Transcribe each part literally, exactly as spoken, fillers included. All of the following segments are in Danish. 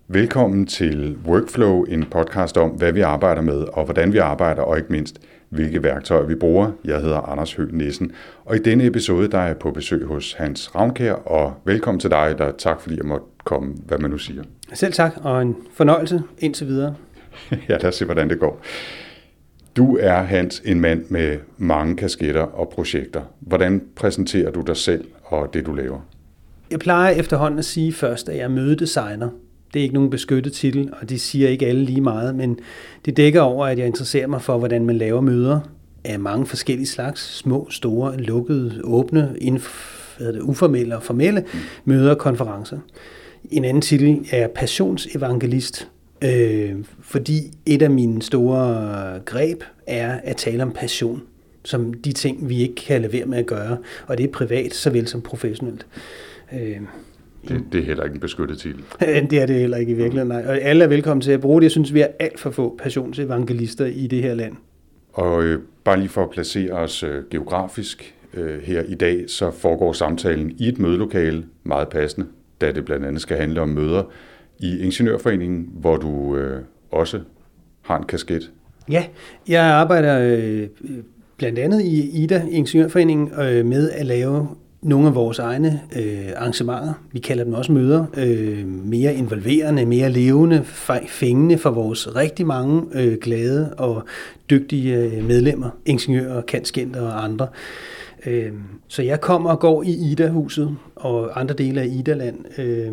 Velkommen til Workflow, en podcast om, hvad vi arbejder med, og hvordan vi arbejder, og ikke mindst, hvilke værktøjer vi bruger. Jeg hedder Anders Høgh Nissen, og i denne episode der er jeg på besøg hos Hans Ravnkjær, og velkommen til dig, der tak fordi jeg måtte komme, hvad man nu siger. Selv tak, og en fornøjelse indtil videre. Ja, lad os se, hvordan det går. Du er, Hans, en mand med mange kasketter og projekter. Hvordan præsenterer du dig selv og det, du laver? Jeg plejer efterhånden at sige først, at jeg er mødedesigner. Det er ikke nogen beskyttet titel, og det siger ikke alle lige meget, men det dækker over, at jeg interesserer mig for, hvordan man laver møder af mange forskellige slags, små, store, lukkede, åbne, inf- uformelle og formelle mm. møder og konferencer. En anden titel er passionsevangelist, øh, fordi et af mine store greb er at tale om passion, som de ting, vi ikke kan lade være med at gøre, og det er privat såvel som professionelt. Øh, Det, det er heller ikke en beskyttet titel. Det er det heller ikke i virkeligheden, nej. Og alle er velkommen til at bruge det. Jeg synes, vi er alt for få passionsevangelister i det her land. Og øh, bare lige for at placere os øh, geografisk øh, her i dag, så foregår samtalen i et mødelokale, meget passende, da det blandt andet skal handle om møder i Ingeniørforeningen, hvor du øh, også har en kasket. Ja, jeg arbejder øh, blandt andet i I D A, Ingeniørforeningen, øh, med at lave nogle af vores egne øh, arrangementer, vi kalder dem også møder, øh, mere involverende, mere levende, fængende for vores rigtig mange øh, glade og dygtige øh, medlemmer, ingeniører, kantskenter og andre. Øh, så jeg kommer og går i I D A-huset og andre dele af I D A-land. Øh.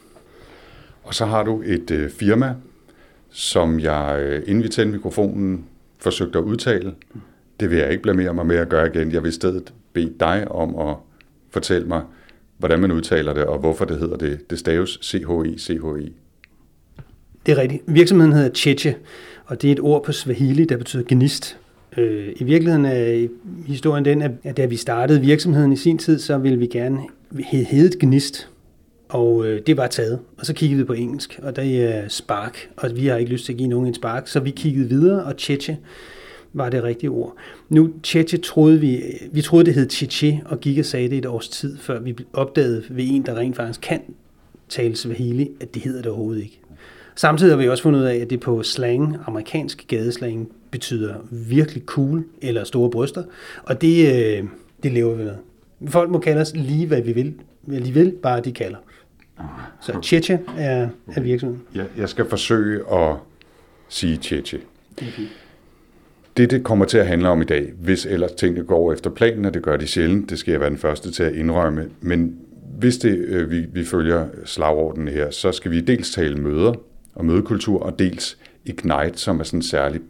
Og så har du et øh, firma, som jeg, øh, inden vi tændte mikrofonen, forsøgte at udtale. Det vil jeg ikke blamere mig med at gøre igen. Jeg vil i stedet bede dig om at fortæl mig, hvordan man udtaler det, og hvorfor det hedder det. Det staves C H I C H I. Det er rigtigt. Virksomheden hedder Cheche, og det er et ord på Swahili, der betyder gnist. I virkeligheden er historien den, at da vi startede virksomheden i sin tid, så ville vi gerne hedde gnist, og det var taget. Og så kiggede vi på engelsk, og det er spark, og vi har ikke lyst til at give nogen en spark, så vi kiggede videre, og Cheche var det rigtige ord. Nu, Cheche troede vi, vi troede det hed Cheche, og gik og sagde det et års tid, før vi opdagede ved en, der rent faktisk kan tale Swahili, at det hedder det overhovedet ikke. Samtidig har vi også fundet ud af, at det på slang, amerikansk gadeslang, betyder virkelig cool, eller store bryster, og det, det lever vi med. Folk må kalde os lige, hvad vi vil, hvad de vil, bare de kalder. Så Cheche er, er virksomheden. Ja, jeg skal forsøge at sige Cheche. Okay. Det, det kommer til at handle om i dag, hvis ellers tingene går efter planen, og det gør de sjældent, det skal jeg være den første til at indrømme, men hvis det, øh, vi, vi følger slagordenen her, så skal vi dels tale møder og mødekultur, og dels Ignite, som er sådan et særligt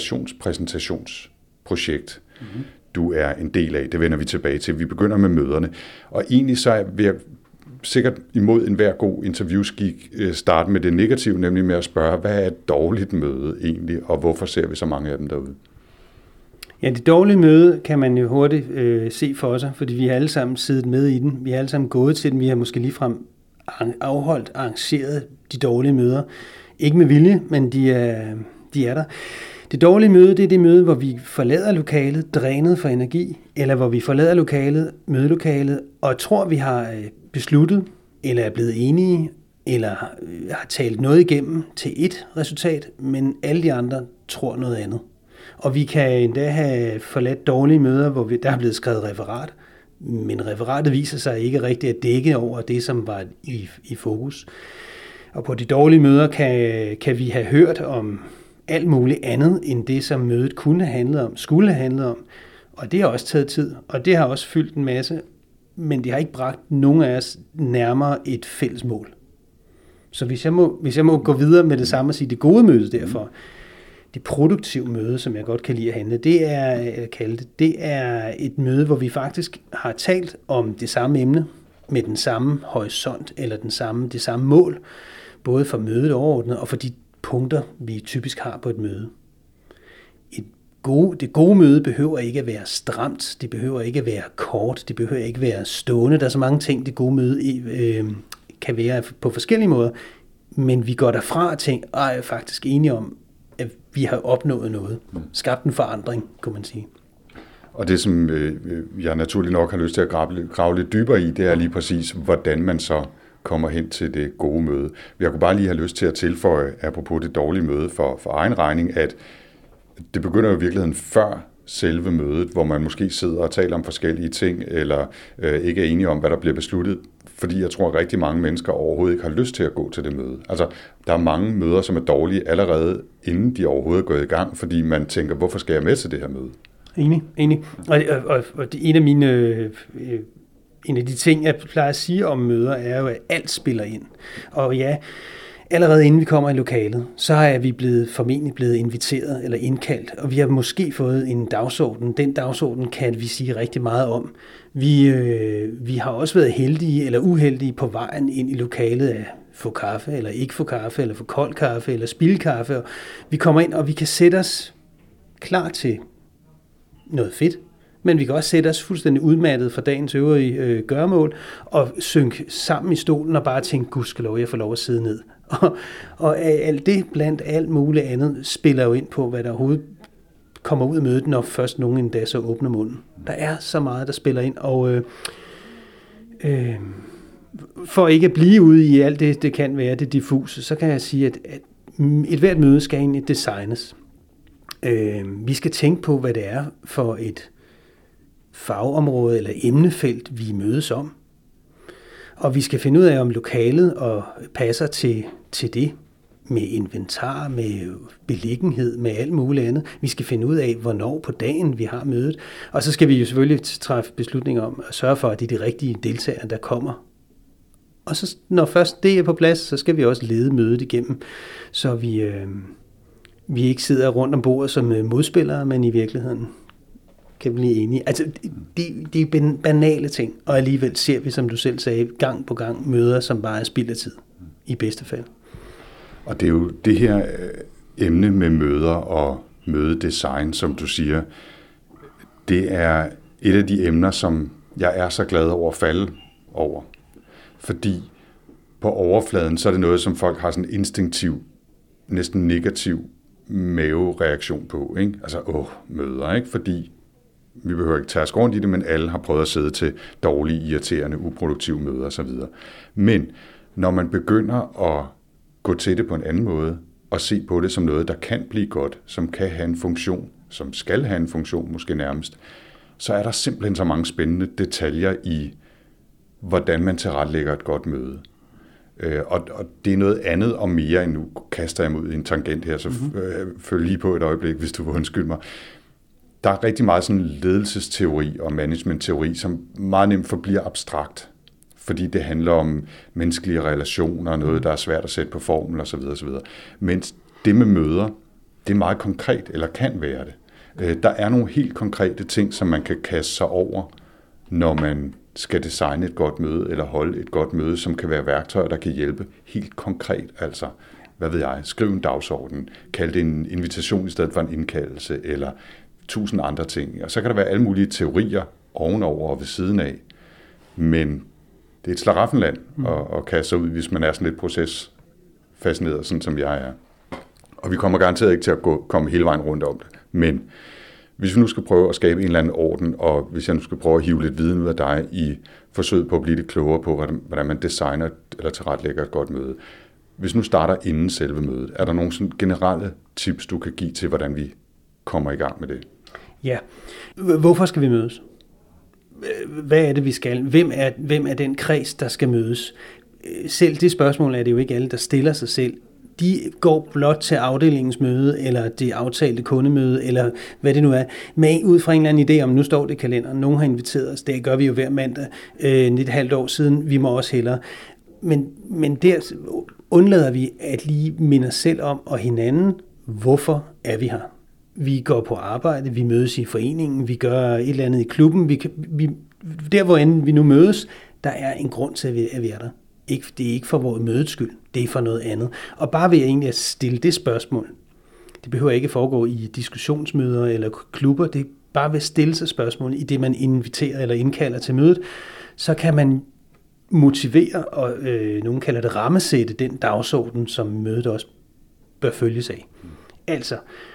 passionspræsentationsprojekt, mm-hmm. du er en del af. Det vender vi tilbage til. Vi begynder med møderne, og egentlig så vil jeg sikkert imod enhver god interviewskik starte med det negative, nemlig med at spørge, hvad er et dårligt møde egentlig, og hvorfor ser vi så mange af dem derude? Ja, det dårlige møde kan man jo hurtigt øh, se for sig, fordi vi har alle sammen siddet med i den. Vi har alle sammen gået til den. Vi har måske ligefrem afholdt, arrangeret de dårlige møder. Ikke med vilje, men de er, de er der. Det dårlige møde, det er det møde, hvor vi forlader lokalet, drænet for energi, eller hvor vi forlader lokalet, mødelokalet, og tror, vi har besluttet, eller er blevet enige, eller har talt noget igennem til et resultat, men alle de andre tror noget andet. Og vi kan endda have forladt dårlige møder, hvor vi, der er blevet skrevet referat, men referatet viser sig ikke rigtigt at dække over det, som var i, i fokus. Og på de dårlige møder kan, kan vi have hørt om alt muligt andet, end det, som mødet kunne have handlet om, skulle have handlet om. Og det har også taget tid, og det har også fyldt en masse, men det har ikke bragt nogen af os nærmere et fælles mål. Så hvis jeg må, hvis jeg må gå videre med det samme og sige, det gode møde derfor, det produktive møde, som jeg godt kan lide at handle, det er, eller kalde det, det er et møde, hvor vi faktisk har talt om det samme emne, med den samme horisont, eller den samme, det samme mål, både for mødet overordnet, og for de punkter, vi typisk har på et møde. Et gode, det gode møde behøver ikke at være stramt, det behøver ikke at være kort, det behøver ikke at være stående. Der er så mange ting, det gode møde øh, kan være på forskellige måder, men vi går derfra og tænker, at jeg er faktisk enige om, at vi har opnået noget. Skabt en forandring, kunne man sige. Og det, som øh, jeg naturligt nok har lyst til at grave, grave lidt dybere i, det er lige præcis, hvordan man så kommer hen til det gode møde. Jeg kunne bare lige have lyst til at tilføje, apropos det dårlige møde for, for egen regning, at det begynder jo i virkeligheden før selve mødet, hvor man måske sidder og taler om forskellige ting, eller øh, ikke er enige om, hvad der bliver besluttet, fordi jeg tror, at rigtig mange mennesker overhovedet ikke har lyst til at gå til det møde. Altså, der er mange møder, som er dårlige allerede, inden de overhovedet er gået i gang, fordi man tænker, hvorfor skal jeg med til det her møde? Enig, enig. Og, og, og det, en af mine... Øh, en af de ting, jeg plejer at sige om møder, er jo, at alt spiller ind. Og ja, allerede inden vi kommer i lokalet, så er vi blevet, formentlig blevet inviteret eller indkaldt, og vi har måske fået en dagsorden. Den dagsorden kan vi sige rigtig meget om. Vi, øh, vi har også været heldige eller uheldige på vejen ind i lokalet af få kaffe, eller ikke få kaffe, eller få kold kaffe, eller spilde kaffe. Og vi kommer ind, og vi kan sætte os klar til noget fedt, men vi kan også sætte os fuldstændig udmattet fra dagens øvrige øh, gøremål og synke sammen i stolen og bare tænke, gudskelov, jeg får lov at sidde ned. Og, og alt det blandt alt muligt andet spiller jo ind på, hvad der overhovedet kommer ud af mødet, når først nogen endda så åbner munden. Der er så meget, der spiller ind, og øh, øh, for ikke at blive ude i alt det, det kan være det diffuse, så kan jeg sige, at, at et hvert møde skal egentlig designes. Øh, vi skal tænke på, hvad det er for et fagområde eller emnefelt, vi mødes om. Og vi skal finde ud af, om lokalet og passer til, til det med inventar, med beliggenhed, med alt muligt andet. Vi skal finde ud af, hvornår på dagen vi har mødet. Og så skal vi jo selvfølgelig træffe beslutninger om at sørge for, at det er de rigtige deltagere, der kommer. Og så når først det er på plads, så skal vi også lede mødet igennem, så vi, øh, vi ikke sidder rundt om bordet som modspillere, men i virkeligheden kan vi blive enige. Altså, det, det er banale ting, og alligevel ser vi, som du selv sagde, gang på gang møder, som bare er spild af tid, i bedste fald. Og det er jo det her emne med møder og mødedesign, som du siger, det er et af de emner, som jeg er så glad over at falde over. Fordi på overfladen, så er det noget, som folk har sådan en instinktiv, næsten negativ mavereaktion på, ikke? Altså, åh, møder, ikke? Fordi vi behøver ikke tage os rundt i det, men alle har prøvet at sidde til dårlige, irriterende, uproduktive møder osv. Men når man begynder at gå til det på en anden måde, og se på det som noget, der kan blive godt, som kan have en funktion, som skal have en funktion måske nærmest, så er der simpelthen så mange spændende detaljer i, hvordan man tilrettelægger et godt møde. Og, og det er noget andet og mere, end nu kaster jeg mig ud i en tangent her, så mm-hmm. følg lige på et øjeblik, hvis du vil undskylde mig. Der er rigtig meget sådan ledelsesteori og managementteori, som meget nemt forbliver abstrakt, fordi det handler om menneskelige relationer, noget, der er svært at sætte på formel osv. osv. Mens det med møder, det er meget konkret, eller kan være det. Der er nogle helt konkrete ting, som man kan kaste sig over, når man skal designe et godt møde, eller holde et godt møde, som kan være værktøjer, der kan hjælpe helt konkret. Altså, hvad ved jeg, skriv en dagsorden, kald det en invitation i stedet for en indkaldelse, eller tusind andre ting. Og så kan der være alle mulige teorier ovenover og ved siden af. Men det er et slaraffenland mm. at, at kaste sig ud, hvis man er sådan lidt procesfascineret, sådan som jeg er. Og vi kommer garanteret ikke til at gå, komme hele vejen rundt om det. Men hvis vi nu skal prøve at skabe en eller anden orden, og hvis jeg nu skal prøve at hive lidt viden ud af dig i forsøget på at blive lidt klogere på, hvordan, hvordan man designer eller tilrettelægger et godt møde. Hvis nu starter inden selve mødet, er der nogle sådan generelle tips, du kan give til, hvordan vi kommer i gang med det? Ja. Hvorfor skal vi mødes? Hvad er det, vi skal? Hvem er, hvem er den kreds, der skal mødes? Selv det spørgsmål er det jo ikke alle, der stiller sig selv. De går blot til afdelingens møde, eller det aftalte kundemøde, eller hvad det nu er, med ud fra en eller anden idé om, nu står det i kalenderen, nogen har inviteret os, det gør vi jo hver mandag, øh, et halvt år siden, vi må også hellere. Men, men der undlader vi at lige minde os selv om, og hinanden, hvorfor er vi her? Vi går på arbejde, vi mødes i foreningen, vi gør et eller andet i klubben, vi kan, vi, der hvor end vi nu mødes, der er en grund til, at vi, at vi er der. Ikke, det er ikke for vores mødets skyld, det er for noget andet. Og bare ved egentlig at stille det spørgsmål, det behøver ikke foregå i diskussionsmøder eller klubber, det er bare ved at stille sig spørgsmål i det, man inviterer eller indkalder til mødet, så kan man motivere, og øh, nogen kalder det rammesætte, den dagsorden, som mødet også bør følges af. Altså,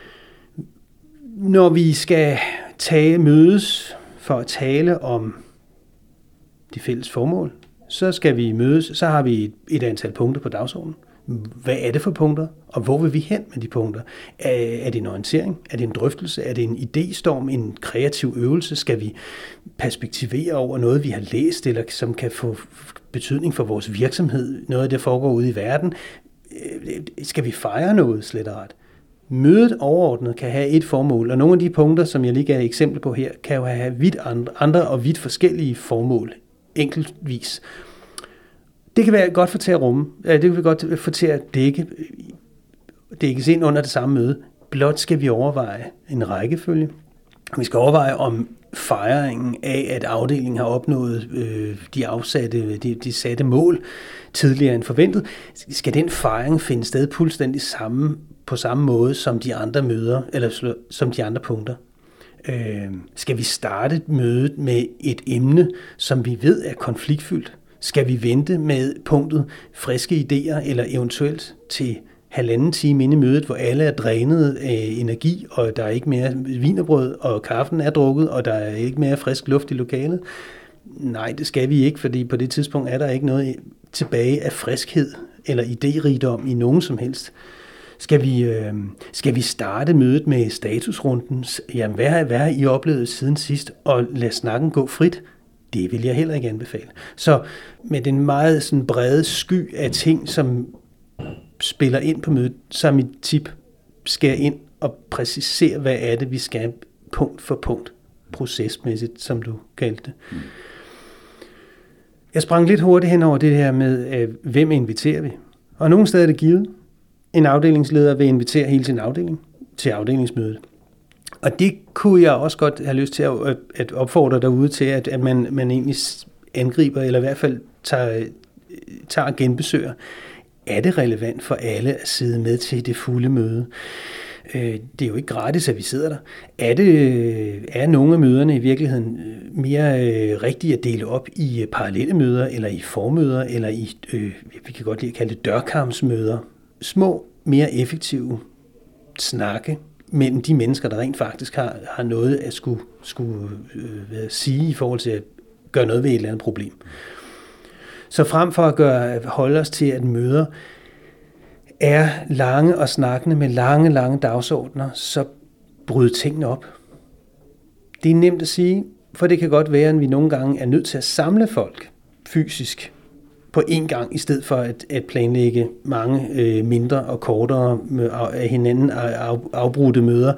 når vi skal tage mødes for at tale om de fælles formål, så skal vi mødes, så har vi et, et antal punkter på dagsordenen. Hvad er det for punkter, og hvor vil vi hen med de punkter? Er, er det en orientering? Er det en drøftelse? Er det en idéstorm? En kreativ øvelse? Skal vi perspektivere over noget, vi har læst, eller som kan få betydning for vores virksomhed? Noget af det foregår ude i verden? Skal vi fejre noget, slet og ret? Mødet overordnet kan have et formål, og nogle af de punkter, som jeg lige gav eksempel på her, kan jo have vidt andre, andre og vidt forskellige formål, enkeltvis. Det kan være godt for til at rumme, det kan vi godt få til at dække, dækkes ind under det samme møde. Blot skal vi overveje en rækkefølge. Vi skal overveje, om fejringen af, at afdelingen har opnået øh, de afsatte, de, de satte mål tidligere end forventet, skal den fejring finde sted fuldstændig samme, på samme måde som de andre møder, eller som de andre punkter. Øh, skal vi starte mødet med et emne, som vi ved er konfliktfyldt? Skal vi vente med punktet friske idéer, eller eventuelt til halvanden time inde i mødet, hvor alle er drænet af energi, og der er ikke mere wienerbrød, og kaffen er drukket, og der er ikke mere frisk luft i lokalet? Nej, det skal vi ikke, fordi på det tidspunkt er der ikke noget tilbage af friskhed eller idérigdom i nogen som helst. Skal vi, øh, skal vi starte mødet med statusrunden? Jamen, hvad, hvad har I oplevet siden sidst? Og lad snakken gå frit. Det vil jeg heller ikke anbefale. Så med den meget sådan brede sky af ting, som spiller ind på mødet, så er mit tip, skær ind og præcisere, hvad er det, vi skal punkt for punkt, procesmæssigt, som du kaldte det. Mm. Jeg sprang lidt hurtigt hen over det her med, øh, hvem inviterer vi? Og nogle steder er det givet. En afdelingsleder vil invitere hele sin afdeling til afdelingsmødet. Og det kunne jeg også godt have lyst til at, at opfordre derude til, at, at man, man egentlig angriber, eller i hvert fald tager, tager og genbesøger. Er det relevant for alle at sidde med til det fulde møde? Det er jo ikke gratis, at vi sidder der. Er, det, er nogle af møderne i virkeligheden mere rigtige at dele op i parallelle møder, eller i formøder, eller i, øh, vi kan godt lide at kalde det dørkarmsmøder? Små, mere effektive snakke mellem de mennesker, der rent faktisk har, har noget at skulle, skulle øh, sige i forhold til at gøre noget ved et eller andet problem. Så frem for at gøre, holde os til, at møder er lange og snakkende med lange, lange dagsordner, så bryde tingene op. Det er nemt at sige, for det kan godt være, at vi nogle gange er nødt til at samle folk fysisk på én gang, i stedet for at, at planlægge mange øh, mindre og kortere af hinanden af, afbrudte møder.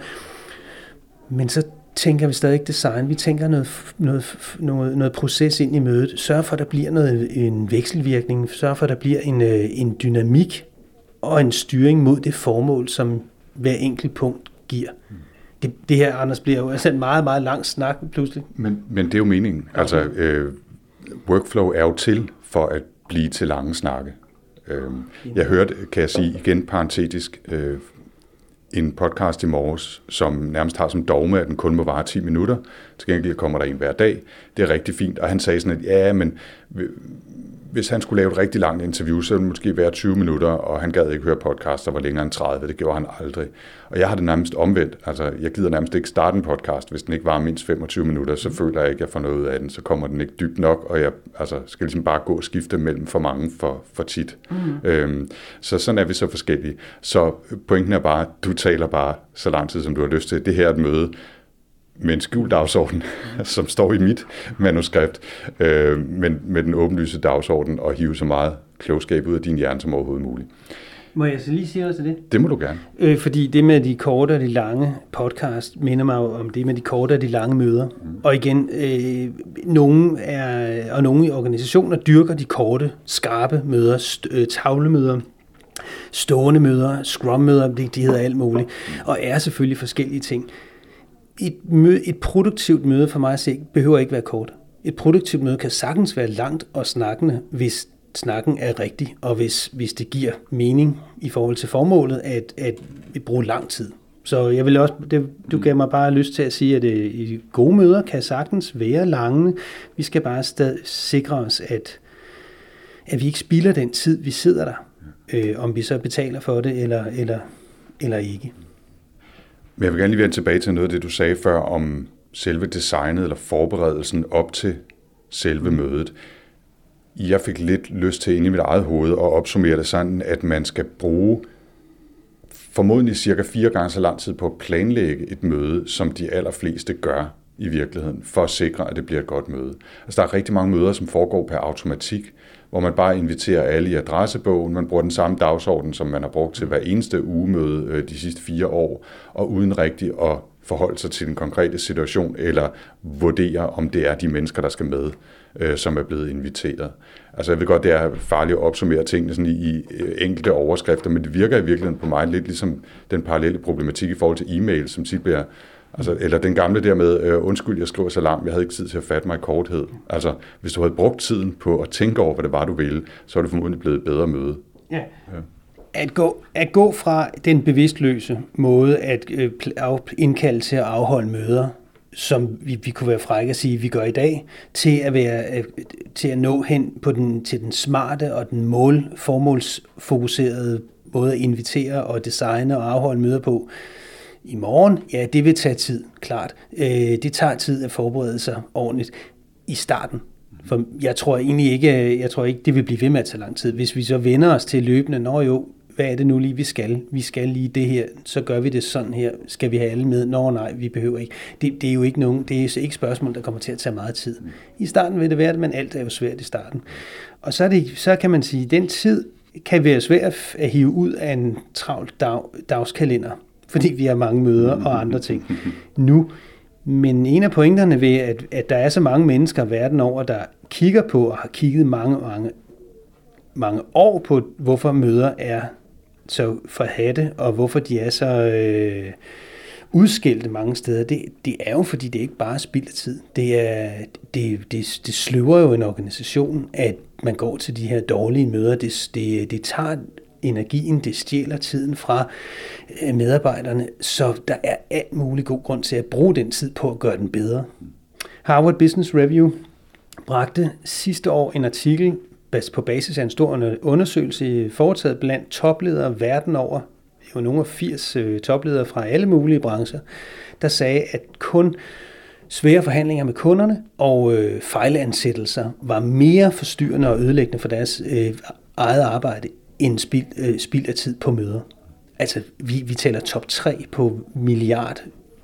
Men så tænker vi stadig design. Vi tænker noget, noget, noget, noget proces ind i mødet. Sørg for, at der bliver noget, en vekselvirkning. Sørg for, at der bliver en, en dynamik og en styring mod det formål, som hver enkelt punkt giver. Det, det her, Anders, bliver jo altså en meget, meget lang snak pludselig. Men, men det er jo meningen. Altså, øh, workflow er jo til for at blive til lange snakke. Øh, jeg hørte, kan jeg sige igen parentetisk, øh, en podcast i morges, som nærmest har som dogme, at den kun må vare ti minutter. Til gengæld kommer der en hver dag. Det er rigtig fint. Og han sagde sådan, at ja, men hvis han skulle lave et rigtig langt interview, så ville det måske være tyve minutter, og han gad ikke høre podcast, der var længere end tredive. Det gjorde han aldrig. Og jeg har det nærmest omvendt. Altså, jeg gider nærmest ikke starte en podcast, hvis den ikke var mindst femogtyve minutter, så føler jeg ikke, at jeg får noget ud af den. Så kommer den ikke dybt nok, og jeg altså, skal ligesom bare gå og skifte mellem for mange for, for tit. Mm. Øhm, så sådan er vi så forskellige. Så pointen er bare, du taler bare så lang tid, som du har lyst til. Det her er et møde med en skjult dagsorden, som står i mit manuskript, øh, men med den åbenlyse dagsorden, og hive så meget klogskab ud af din hjerne som overhovedet muligt. Må jeg så lige sige noget til det? Det må du gerne. Øh, fordi det med de korte og de lange podcast minder mig om det med de korte og de lange møder. Mm. Og igen, øh, nogle er, og nogle organisationer dyrker de korte, skarpe møder, st- øh, tavlemøder, stående møder, scrum-møder, de, de hedder alt muligt, og er selvfølgelig forskellige ting. Et, møde, et produktivt møde for mig at se behøver ikke være kort. Et produktivt møde kan sagtens være langt og snakkende, hvis snakken er rigtig, og hvis, hvis det giver mening i forhold til formålet, at, at vi bruger lang tid. Så jeg vil også, det, du gav mig bare lyst til at sige, at det, gode møder kan sagtens være lange. Vi skal bare stadig sikre os, at, at vi ikke spilder den tid, vi sidder der, øh, om vi så betaler for det eller, eller, eller ikke. Men jeg vil gerne lige vende tilbage til noget af det, du sagde før om selve designet eller forberedelsen op til selve mødet. jeg fik lidt lyst til inde i mit eget hoved at opsummere det sådan, at man skal bruge formodentlig cirka fire gange så lang tid på at planlægge et møde, som de allerfleste gør i virkeligheden, for at sikre, at det bliver et godt møde. Altså, der er rigtig mange møder, som foregår per automatik, hvor man bare inviterer alle i adressebogen, man bruger den samme dagsorden, som man har brugt til hver eneste ugemøde de sidste fire år, og uden rigtig at forholde sig til den konkrete situation, eller vurdere, om det er de mennesker, der skal med, øh, som er blevet inviteret. Altså jeg ved godt, det er farligt at opsummere tingene sådan i, i enkelte overskrifter, men det virker i virkeligheden på mig lidt ligesom den parallelle problematik i forhold til e-mail, som tit bliver, altså, eller den gamle der med, øh, undskyld, jeg skriver så langt, jeg havde ikke tid til at fatte mig i korthed. Altså hvis du havde brugt tiden på at tænke over, hvad det var, du ville, så er det formodentlig blevet et bedre møde. Ja. Ja. At gå, at gå fra den bevidstløse måde at øh, indkalde til at afholde møder, som vi, vi kunne være frække at sige, vi gør i dag, til at, være, øh, til at nå hen på den, til den smarte og den mål, formålsfokuserede måde at invitere og designe og afholde møder på i morgen, ja, det vil tage tid, klart. Øh, det tager tid at forberede sig ordentligt i starten. For jeg tror egentlig ikke, jeg tror ikke, det vil blive ved med at tage lang tid. Hvis vi så vender os til løbende, nå jo, hvad er det nu lige, vi skal? Vi skal lige det her, så gør vi det sådan her. Skal vi have alle med? Nå nej, vi behøver ikke. Det, det er jo ikke nogen, det er ikke spørgsmål, der kommer til at tage meget tid. I starten vil det være, men alt er jo svært i starten. Og så, er det, så kan man sige, at den tid kan være svært at hive ud af en travl dag, dagskalender, fordi vi har mange møder og andre ting nu. Men en af pointerne ved, at, at der er så mange mennesker verden over, der kigger på og har kigget mange, mange, mange år på, hvorfor møder er så forhadte, og hvorfor de er så øh, udskilte mange steder, det, det er jo, fordi det ikke bare er spild af tid. Det, er, det, det, det sløver jo en organisation, at man går til de her dårlige møder. Det, det, det tager energien, det stjæler tiden fra medarbejderne, så der er alt mulig god grund til at bruge den tid på at gøre den bedre. Harvard Business Review bragte sidste år en artikel på basis af en stor undersøgelse foretaget blandt topledere verden over, det var nogle af firs topledere fra alle mulige brancher, der sagde, at kun svære forhandlinger med kunderne og øh, fejlansættelser var mere forstyrrende og ødelæggende for deres øh, eget arbejde end spild, øh, spild af tid på møder. Altså, vi, vi tæller top tre på milliard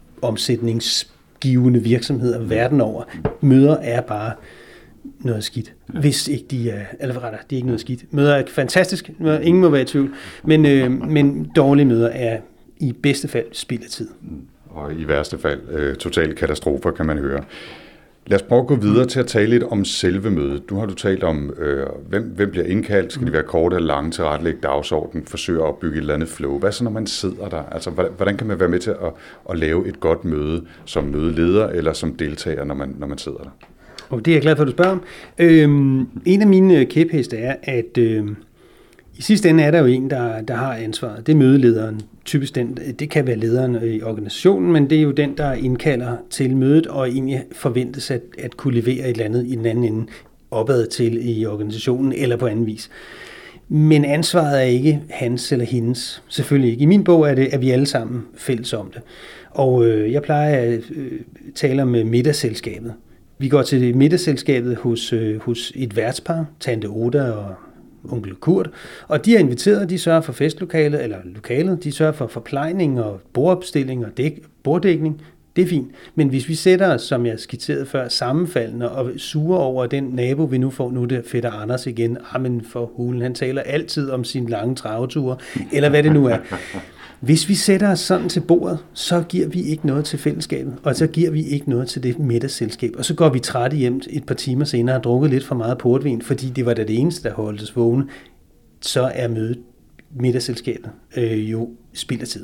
omsætningsgivende virksomheder verden over. Møder er bare noget skidt, hvis ikke de er, eller rettere, det er ikke noget skidt. Møder er fantastisk, ingen må være i tvivl, men, øh, men dårlige møder er i bedste fald spild af tid. Og i værste fald øh, totale katastrofer, kan man høre. Lad os prøve at gå videre til at tale lidt om selve mødet. Nu har du talt om, øh, hvem, hvem bliver indkaldt, skal de være korte eller lange til at retlægge dagsordenen, forsøge at opbygge et eller andet flow. Hvad så, når man sidder der? Altså, hvordan, hvordan kan man være med til at, at lave et godt møde som mødeleder eller som deltager, når man, når man sidder der? Og det er jeg glad for, at du spørger om. Øhm, en af mine kæpheste er, at øh, i sidste ende er der jo en, der, der har ansvaret. Det er mødelederen. Typisk den, det kan være lederen i organisationen, men det er jo den, der indkalder til mødet og egentlig forventes at, at kunne levere et eller andet i den anden ende opad til i organisationen eller på anden vis. Men ansvaret er ikke hans eller hendes. Selvfølgelig ikke. I min bog er det, at vi alle sammen fælles om det. Og øh, jeg plejer at øh, tale om middagsselskabet. Vi går til middagsselskabet hos, øh, hos et værtspar, Tante Oda og onkel Kurt, og de er inviteret, de sørger for festlokalet, eller lokalet, de sørger for forplejning og bordopstilling og dæk, borddækning. Det er fint. Men hvis vi sætter os, som jeg skitserede før, sammenfaldende og suger over den nabo, vi nu får, nu det fætter Anders igen, amen for hulen, han taler altid om sine lange traveture, eller hvad det nu er. Hvis vi sætter os sådan til bordet, så giver vi ikke noget til fællesskabet, og så giver vi ikke noget til det middagsselskab. Og så går vi trætte hjem et par timer senere og har drukket lidt for meget portvin, fordi det var da det eneste, der holdt os vågne. Så er mødet, middagsselskabet øh, jo spild af tid.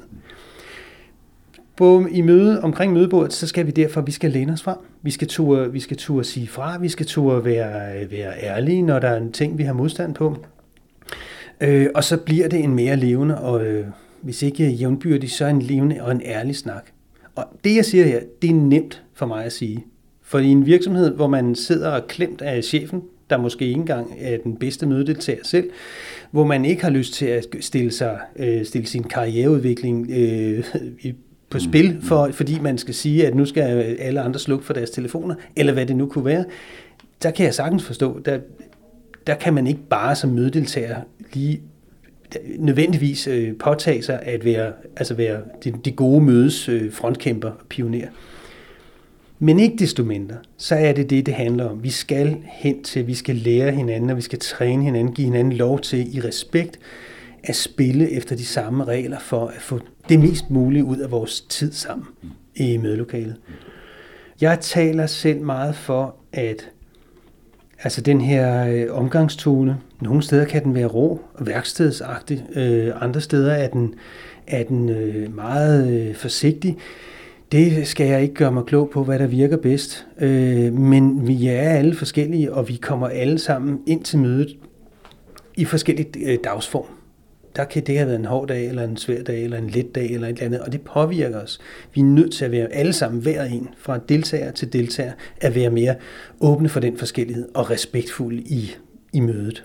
På, I møde, omkring mødebordet, så skal vi derfor, vi skal læne os frem. Vi skal turde, vi skal turde sige fra, vi skal turde være, være ærlige, når der er en ting, vi har modstand på. Øh, og så bliver det en mere levende og øh, hvis ikke jævnbyrdig, så en levende og en ærlig snak. Og det, jeg siger her, det er nemt for mig at sige. For i en virksomhed, hvor man sidder og klemt af chefen, der måske ikke engang er den bedste mødedeltager selv, hvor man ikke har lyst til at stille, sig, øh, stille sin karriereudvikling øh, på spil, for, fordi man skal sige, at nu skal alle andre slukke for deres telefoner, eller hvad det nu kunne være, der kan jeg sagtens forstå, der der kan man ikke bare som mødedeltager lige nødvendigvis øh, påtage sig at være, altså være de, de gode mødes øh, frontkæmper og pioner. Men ikke desto mindre, så er det det, det handler om. Vi skal hen til, vi skal lære hinanden, og vi skal træne hinanden, give hinanden lov til i respekt at spille efter de samme regler for at få det mest mulige ud af vores tid sammen i mødelokalet. Jeg taler selv meget for, at altså den her øh, omgangstone, nogle steder kan den være rå og værkstedsagtig, øh, andre steder er den, er den øh, meget øh, forsigtig. Det skal jeg ikke gøre mig klog på, hvad der virker bedst, øh, men vi er alle forskellige, og vi kommer alle sammen ind til mødet i forskellige øh, dagsform. Der kan det have været en hård dag, eller en svær dag, eller en let dag, eller et eller andet, og det påvirker os. Vi er nødt til at være alle sammen, hver en, fra deltager til deltager, at være mere åbne for den forskellighed og respektfulde i, i mødet.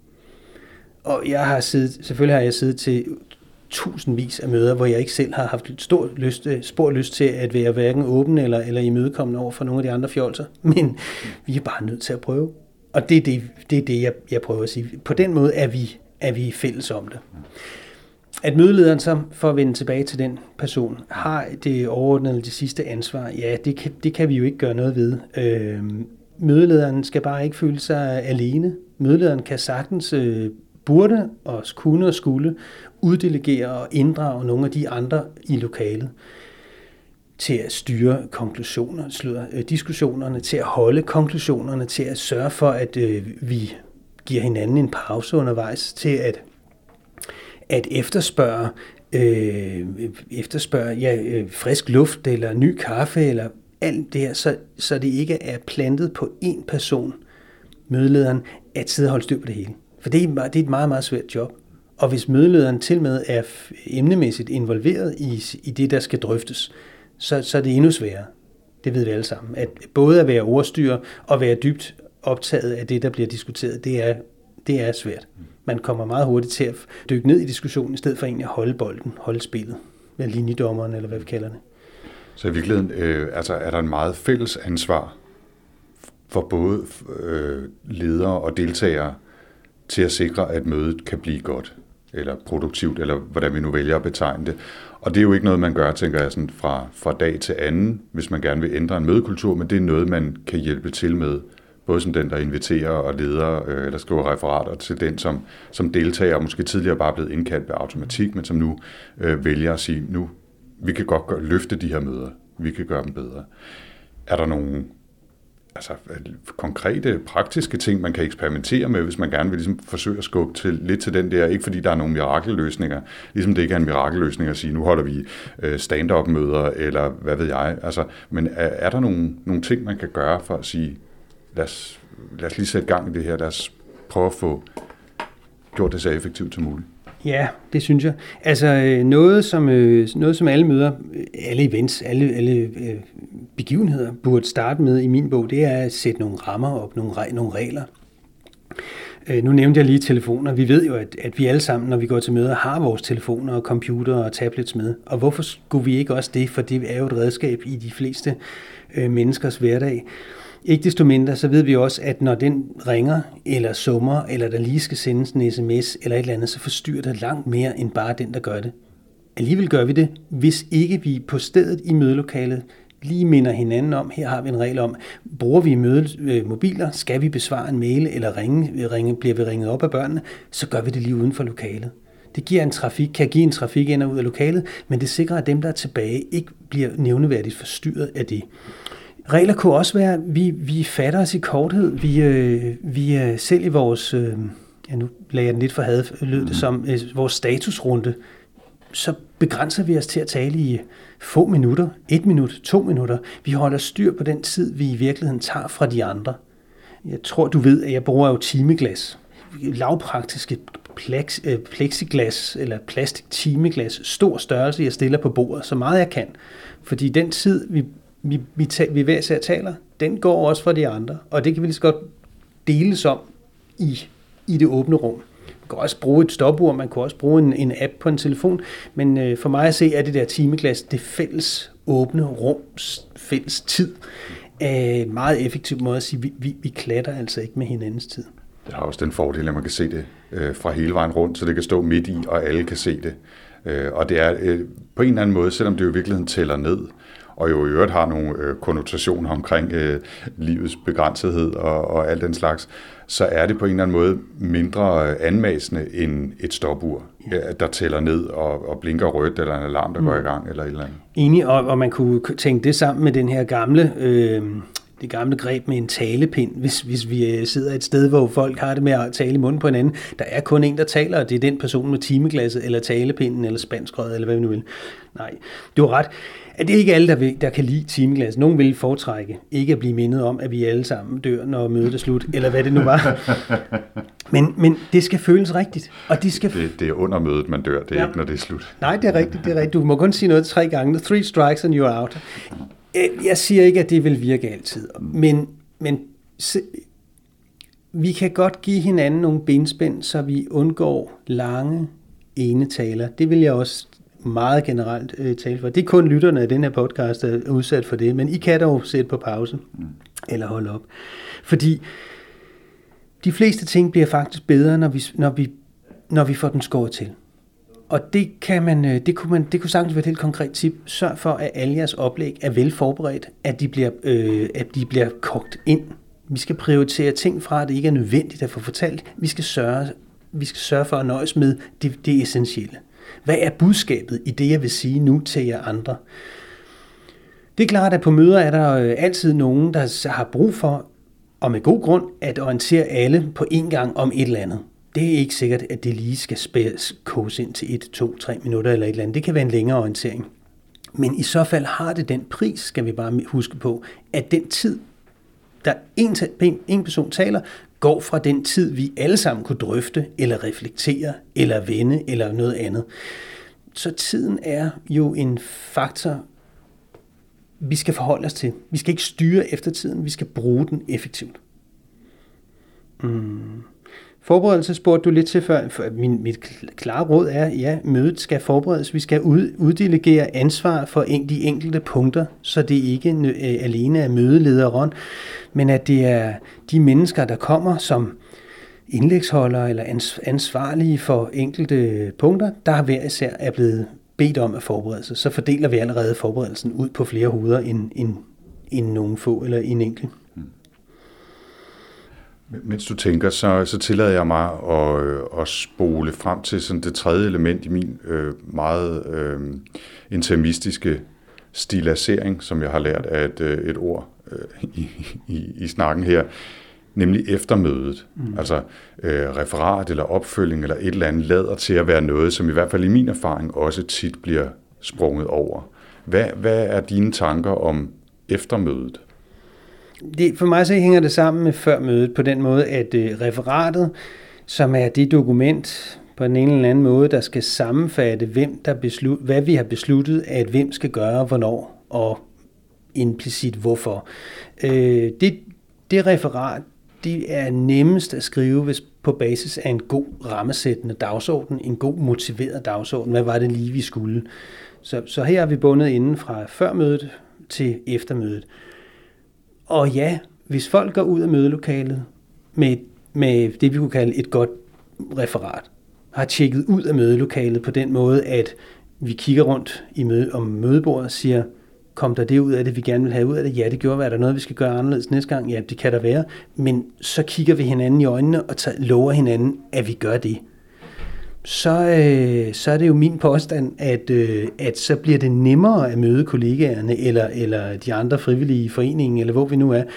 Og jeg har siddet, selvfølgelig har jeg siddet til tusindvis af møder, hvor jeg ikke selv har haft stor lyst, spor lyst til at være hverken åben eller, eller imødekommende over for nogle af de andre fjolser, men vi er bare nødt til at prøve. Og det er det, det, er det jeg, jeg prøver at sige. På den måde er vi er vi fælles om det. At mødelederen så, for at vende tilbage til den person, har det overordnede eller det sidste ansvar, ja, det kan, det kan vi jo ikke gøre noget ved. Øh, mødelederen skal bare ikke føle sig alene. Mødelederen kan sagtens, øh, burde og kunne og skulle uddelegere og inddrage nogle af de andre i lokalet til at styre konklusioner, slår, øh, diskussionerne, til at holde konklusionerne, til at sørge for, at øh, vi giver hinanden en pause undervejs til at, at efterspørge, øh, efterspørge ja, øh, frisk luft eller ny kaffe eller alt det her, så, så det ikke er plantet på én person, mødelederen, at sidde og holde styr på det hele. For det er, det er et meget, meget svært job. Og hvis mødelederen til med er emnemæssigt involveret i, i det, der skal drøftes, så, så er det endnu sværere. Det ved vi alle sammen. At både at være ordstyrer og være dybt optaget af det, der bliver diskuteret, det er, det er svært. Man kommer meget hurtigt til at dykke ned i diskussionen, i stedet for egentlig at holde bolden, holde spillet, med linjedommeren, eller hvad vi kalder det. Så i virkeligheden øh, altså er der en meget fælles ansvar for både øh, ledere og deltagere til at sikre, at mødet kan blive godt, eller produktivt, eller hvordan vi nu vælger at betegne det. Og det er jo ikke noget, man gør, tænker jeg, sådan fra, fra dag til anden, hvis man gerne vil ændre en mødekultur, men det er noget, man kan hjælpe til med, både som den, der inviterer og leder, øh, eller skriver referater, til den, som, som deltager, og måske tidligere bare blevet indkaldt ved automatik, men som nu øh, vælger at sige, nu, vi kan godt gøre, løfte de her møder, vi kan gøre dem bedre. Er der nogle altså, konkrete, praktiske ting, man kan eksperimentere med, hvis man gerne vil ligesom, forsøge at skubbe til, lidt til den der, ikke fordi der er nogle mirakelløsninger, ligesom det ikke er en mirakelløsning at sige, nu holder vi øh, stand-up-møder, eller hvad ved jeg, altså, men er, er der nogle, nogle ting, man kan gøre for at sige, lad os, lad os lige sætte gang i det her, lad os prøve at få gjort det så effektivt som muligt? Ja, det synes jeg. Altså noget som, noget, som alle møder, alle events, alle, alle begivenheder burde starte med i min bog, det er at sætte nogle rammer op, nogle, nogle regler. Nu nævnte jeg lige telefoner. Vi ved jo, at, at vi alle sammen, når vi går til møder, har vores telefoner og computer og tablets med. Og hvorfor skulle vi ikke også det? For det er jo et redskab i de fleste øh, menneskers hverdag. Ikke desto mindre, så ved vi også, at når den ringer, eller summer, eller der lige skal sendes en sms, eller et eller andet, så forstyrrer det langt mere, end bare den, der gør det. Alligevel gør vi det, hvis ikke vi på stedet i mødelokalet lige minder hinanden om, her har vi en regel om, bruger vi møde, mobiler, skal vi besvare en mail, eller ringe, ringe, bliver vi ringet op af børnene, så gør vi det lige uden for lokalet. Det giver en trafik, kan give en trafik ind og ud af lokalet, men det sikrer, at dem, der er tilbage, ikke bliver nævneværdigt forstyrret af det. Regler kunne også være, at vi, vi fatter os i korthed. Vi, øh, vi er selv i vores, øh, ja nu lagde jeg den lidt for had, lød det som, øh, vores statusrunde, så begrænser vi os til at tale i få minutter, et minut, to minutter. Vi holder styr på den tid, vi i virkeligheden tager fra de andre. Jeg tror, du ved, at jeg bruger jo timeglas. Lavpraktiske plex, øh, plexiglas eller plastik timeglas, stor størrelse, jeg stiller på bordet, så meget jeg kan. Fordi den tid, vi Vi, vi, ta- vi hver sær taler, den går også fra de andre, og det kan vi lige så godt deles om i, i det åbne rum. Man kan også bruge et stopur, man kan også bruge en, en app på en telefon, men øh, for mig at se, er det der timeglas, det fælles åbne rums, fælles tid, øh, meget effektiv måde at sige, vi, vi, vi klatter altså ikke med hinandens tid. Det har også den fordel, at man kan se det øh, fra hele vejen rundt, så det kan stå midt i, og alle kan se det. Øh, og det er øh, på en eller anden måde, selvom det jo i virkeligheden tæller ned, og jo i øvrigt har nogle øh, konnotationer omkring øh, livets begrænsethed og, og alt den slags, så er det på en eller anden måde mindre anmasende end et stopur, ja. der tæller ned og, og blinker rødt, eller en alarm, der mm. går i gang, eller et eller andet. Enig, og, og man kunne tænke det sammen med den her gamle... Øh det gamle greb med en talepind, hvis, hvis vi sidder et sted, hvor folk har det med at tale i munden på hinanden. Der er kun en, der taler, og det er den person med timeglasset, eller talepinden, eller spanskrøret, eller hvad vi nu vil. Nej, du har ret. At det er ikke alle, der, vil, der kan lide timeglasset. Nogen vil foretrække ikke at blive mindet om, at vi alle sammen dør, når mødet er slut, eller hvad det nu var. Men, men det skal føles rigtigt. Og de skal... det, det er under mødet, man dør. Det er ja. ikke, når det er slut. Nej, det er rigtigt. Det er rigtigt. Du må kun sige noget tre gange. Three strikes and you're out. Jeg siger ikke, at det vil virke altid, men, men se, vi kan godt give hinanden nogle benspænd, så vi undgår lange enetaler. Det vil jeg også meget generelt øh, tale for. Det er kun lytterne af den her podcast, der er udsat for det, men I kan dog sætte på pause eller holde op. Fordi de fleste ting bliver faktisk bedre, når vi, når vi, når vi får den skåret til. Og det kan man, det kunne man, det kunne sagtens være et helt konkret tip. Sørg for, at alle jeres oplæg er velforberedt, at de bliver, øh, at de bliver kogt ind. Vi skal prioritere ting fra, at det ikke er nødvendigt at få fortalt. Vi skal sørge, vi skal sørge for at nøjes med det, det essentielle. Hvad er budskabet i det, jeg vil sige nu til jer andre? Det er klart, at på møder er der øh, altid nogen, der har brug for, og med god grund, at orientere alle på én gang om et eller andet. Det er ikke sikkert, at det lige skal spæres, koges ind til et, to, tre minutter eller et eller andet. Det kan være en længere orientering. Men i så fald har det den pris, skal vi bare huske på, at den tid, der en, en person taler, går fra den tid, vi alle sammen kunne drøfte, eller reflektere, eller vende, eller noget andet. Så tiden er jo en faktor, vi skal forholde os til. Vi skal ikke styre efter tiden, vi skal bruge den effektivt. Mm. Forberedelse spurgte du lidt til før. Min, mit klare råd er, ja, mødet skal forberedes. Vi skal ud, uddelegere ansvar for en, de enkelte punkter, så det ikke nø, alene er mødelederen, men at det er de mennesker, der kommer som indlægsholdere eller ans, ansvarlige for enkelte punkter, der hver især er blevet bedt om at forberede sig. Så fordeler vi allerede forberedelsen ud på flere hoveder end, end, end nogen få eller en enkelt. Mens du tænker, så, så tillader jeg mig at, at spole frem til sådan det tredje element i min øh, meget øh, interimistiske stilisering, som jeg har lært af et, et ord øh, i, i, i snakken her, nemlig eftermødet. Mm. Altså øh, referat eller opfølging eller et eller andet lader til at være noget, som i hvert fald i min erfaring også tit bliver sprunget over. Hvad, hvad er dine tanker om eftermødet? Det, for mig så hænger det sammen med før mødet på den måde, at øh, referatet, som er det dokument på den ene eller anden måde, der skal sammenfatte, hvem der beslut, hvad vi har besluttet, at hvem skal gøre, hvornår og implicit hvorfor. Øh, det, det referat, det er nemmest at skrive, hvis på basis af en god rammesættende dagsorden, en god motiveret dagsorden. Hvad var det lige, vi skulle? Så, så her er vi bundet inden fra før mødet til eftermødet. Og ja, hvis folk går ud af mødelokalet med, med det, vi kunne kalde et godt referat, har tjekket ud af mødelokalet på den måde, at vi kigger rundt i møde, om mødebordet og siger, kom der det ud af det, vi gerne vil have ud af det? Ja, det gjorde vi. Er der noget, vi skal gøre anderledes næste gang? Ja, det kan der være. Men så kigger vi hinanden i øjnene og tager, lover hinanden, at vi gør det. Så, øh, så er det jo min påstand, at, øh, at så bliver det nemmere at møde kollegaerne eller, eller de andre frivillige foreninger, eller hvor vi nu er,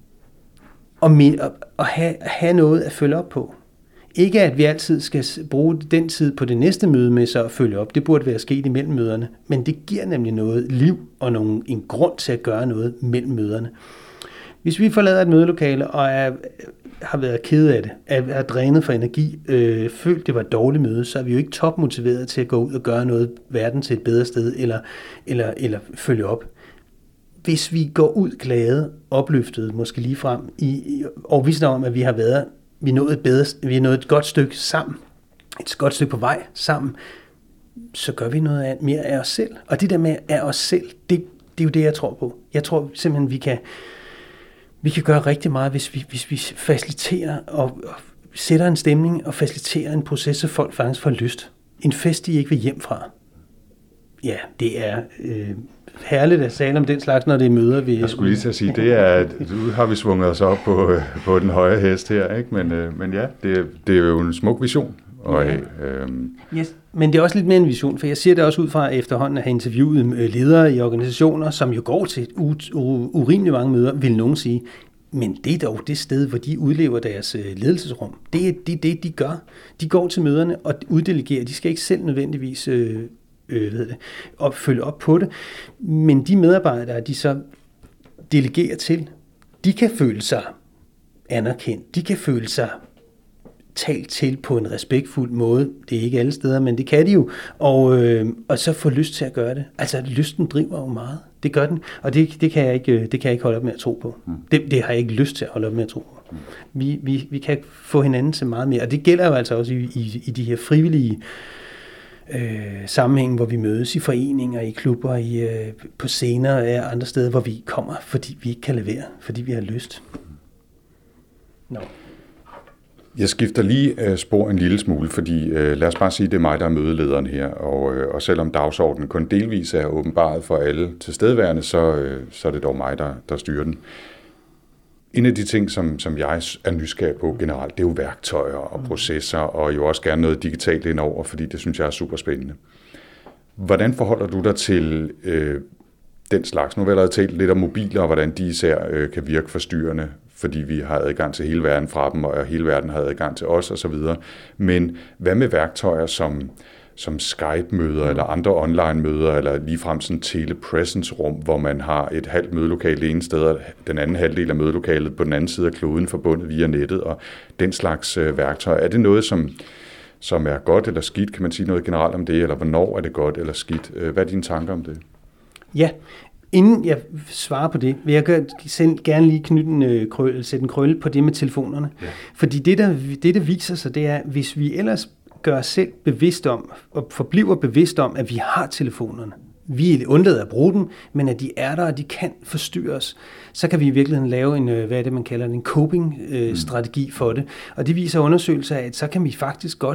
og, med, og, og have, have noget at følge op på. Ikke at vi altid skal bruge den tid på det næste møde med så at følge op. Det burde være sket imellem møderne. Men det giver nemlig noget liv og nogle, en grund til at gøre noget mellem møderne. Hvis vi forlader et mødelokale og er, har været ked af det, er, er drænet for energi, øh, følt det var et dårligt møde, så er vi jo ikke topmotiveret til at gå ud og gøre noget verden til et bedre sted eller, eller, eller følge op. Hvis vi går ud glade, opløftede, måske lige frem, i, og vidste om, at vi har været Vi er nået et, bedre, vi er nået et godt stykke sammen, et godt stykke på vej sammen, så gør vi noget af, mere af os selv. Og det der med af os selv, det, det er jo det, jeg tror på. Jeg tror simpelthen, vi kan, vi kan gøre rigtig meget, hvis vi, hvis vi faciliterer og, og sætter en stemning og faciliterer en proces, så folk faktisk får lyst. En fest, de ikke vil hjem fra. Ja, det er øh, herligt at tale om den slags, når det er møder. Vi, jeg skulle lige til at sige, det er, nu har vi svunget os op på, på den høje hest her, ikke? Men, øh, men ja, det, det er jo en smuk vision. Og, ja. øh, yes. Men det er også lidt mere en vision, for jeg ser det også ud fra efterhånden at have interviewet ledere i organisationer, som jo går til u- u- urimelig mange møder, vil nogen sige. Men det er dog det sted, hvor de udlever deres ledelsesrum. Det er det, det, de gør. De går til møderne og uddelegerer. De skal ikke selv nødvendigvis øh, øh, ved det, og følge op på det. Men de medarbejdere, de så delegerer til, de kan føle sig anerkendt. De kan føle sig talt til på en respektfuld måde. Det er ikke alle steder, men det kan de jo. Og, øh, og så få lyst til at gøre det. Altså, lysten driver jo meget. Det gør den. Og det, det, kan, jeg ikke, det kan jeg ikke holde op med at tro på. Mm. Det, det har jeg ikke lyst til at holde op med at tro på. Mm. Vi, vi, vi kan få hinanden til meget mere. Og det gælder jo altså også i, i, i de her frivillige øh, sammenhænge, hvor vi mødes i foreninger, i klubber, i, øh, på scener og andre steder, hvor vi kommer, fordi vi ikke kan levere, fordi vi har lyst. Nå. No. Jeg skifter lige uh, spor en lille smule, fordi uh, lad os bare sige, det er mig, der er mødelederen her, og, uh, og selvom dagsordenen kun delvis er åbenbaret for alle tilstedeværende, så, uh, så er det dog mig, der, der styrer den. En af de ting, som, som jeg er nysgerrig på generelt, det er jo værktøjer og processer, og jo også gerne noget digitalt indover, fordi det synes jeg er super spændende. Hvordan forholder du dig til uh, den slags? Nu har vi allerede talt lidt om mobiler, og hvordan de især uh, kan virke forstyrrende, fordi vi har adgang til hele verden fra dem, og hele verden har adgang til os osv. Men hvad med værktøjer som, som Skype-møder, eller andre online-møder, eller ligefrem sådan telepresence-rum, hvor man har et halvt mødelokale det ene sted, og den anden halvdel af mødelokalet på den anden side af kloden forbundet via nettet, og den slags øh, værktøjer. Er det noget, som, som er godt eller skidt? Kan man sige noget generelt om det, eller hvornår er det godt eller skidt? Hvad er dine tanker om det? Ja, inden jeg svarer på det, vil jeg gerne lige knytte en øh, krølle, sætte en krølle på det med telefonerne. Ja. Fordi det der, det, der viser sig, det er, hvis vi ellers gør os selv bevidst om, og forbliver bevidst om, at vi har telefonerne. Vi undlader at bruge dem, men at de er der, og de kan forstyrre os, så kan vi i virkeligheden lave en, hvad er det, man kalder en coping-strategi øh, for det. Og det viser undersøgelser af, at så kan vi faktisk godt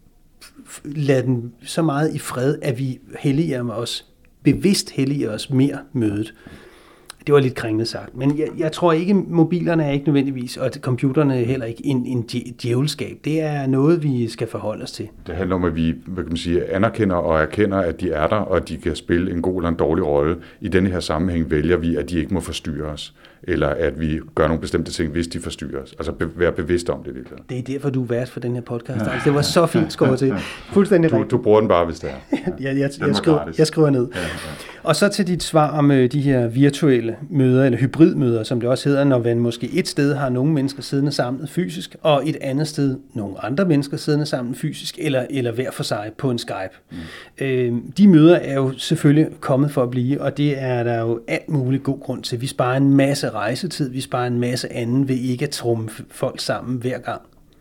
lade den så meget i fred, at vi helliger os bevidst helliger os mere mødet. Det var lidt kringlet sagt, men jeg, jeg tror ikke, mobilerne er ikke nødvendigvis, og computerne er heller ikke en, en djævelskab. Det er noget, vi skal forholde os til. Det handler om, at vi hvad kan man sige, anerkender og erkender, at de er der, og at de kan spille en god eller en dårlig rolle. I denne her sammenhæng vælger vi, at de ikke må forstyrre os, eller at vi gør nogle bestemte ting, hvis de forstyrrer os. Altså be- være bevidst om det. Det, det er derfor, du er vært for den her podcast. Altså, det var så fint skåret til. Fuldstændig rigtigt. Du, du bruger den bare, hvis det er. Ja. jeg, jeg, jeg, skriver, jeg skriver ned. Ja, ja. Og så til dit svar om øh, de her virtuelle møder, eller hybridmøder, som det også hedder, når man måske et sted har nogle mennesker siddende samlet fysisk, og et andet sted nogle andre mennesker siddende sammen fysisk, eller, eller hver for sig på en Skype. Mm. Øh, de møder er jo selvfølgelig kommet for at blive, og det er der jo alt muligt god grund til. Vi sparer en masse rejsetid, vi sparer en masse anden ved ikke at trumfe folk sammen hver gang.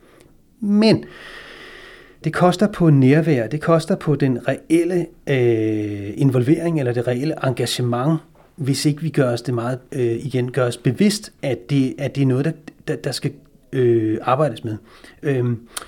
Men det koster på nærvær, det koster på den reelle øh, involvering, eller det reelle engagement, hvis ikke vi gør os det meget, øh, igen, gør os bevidst, at det, at det er noget, der, der, der skal øh, arbejdes med. Øh,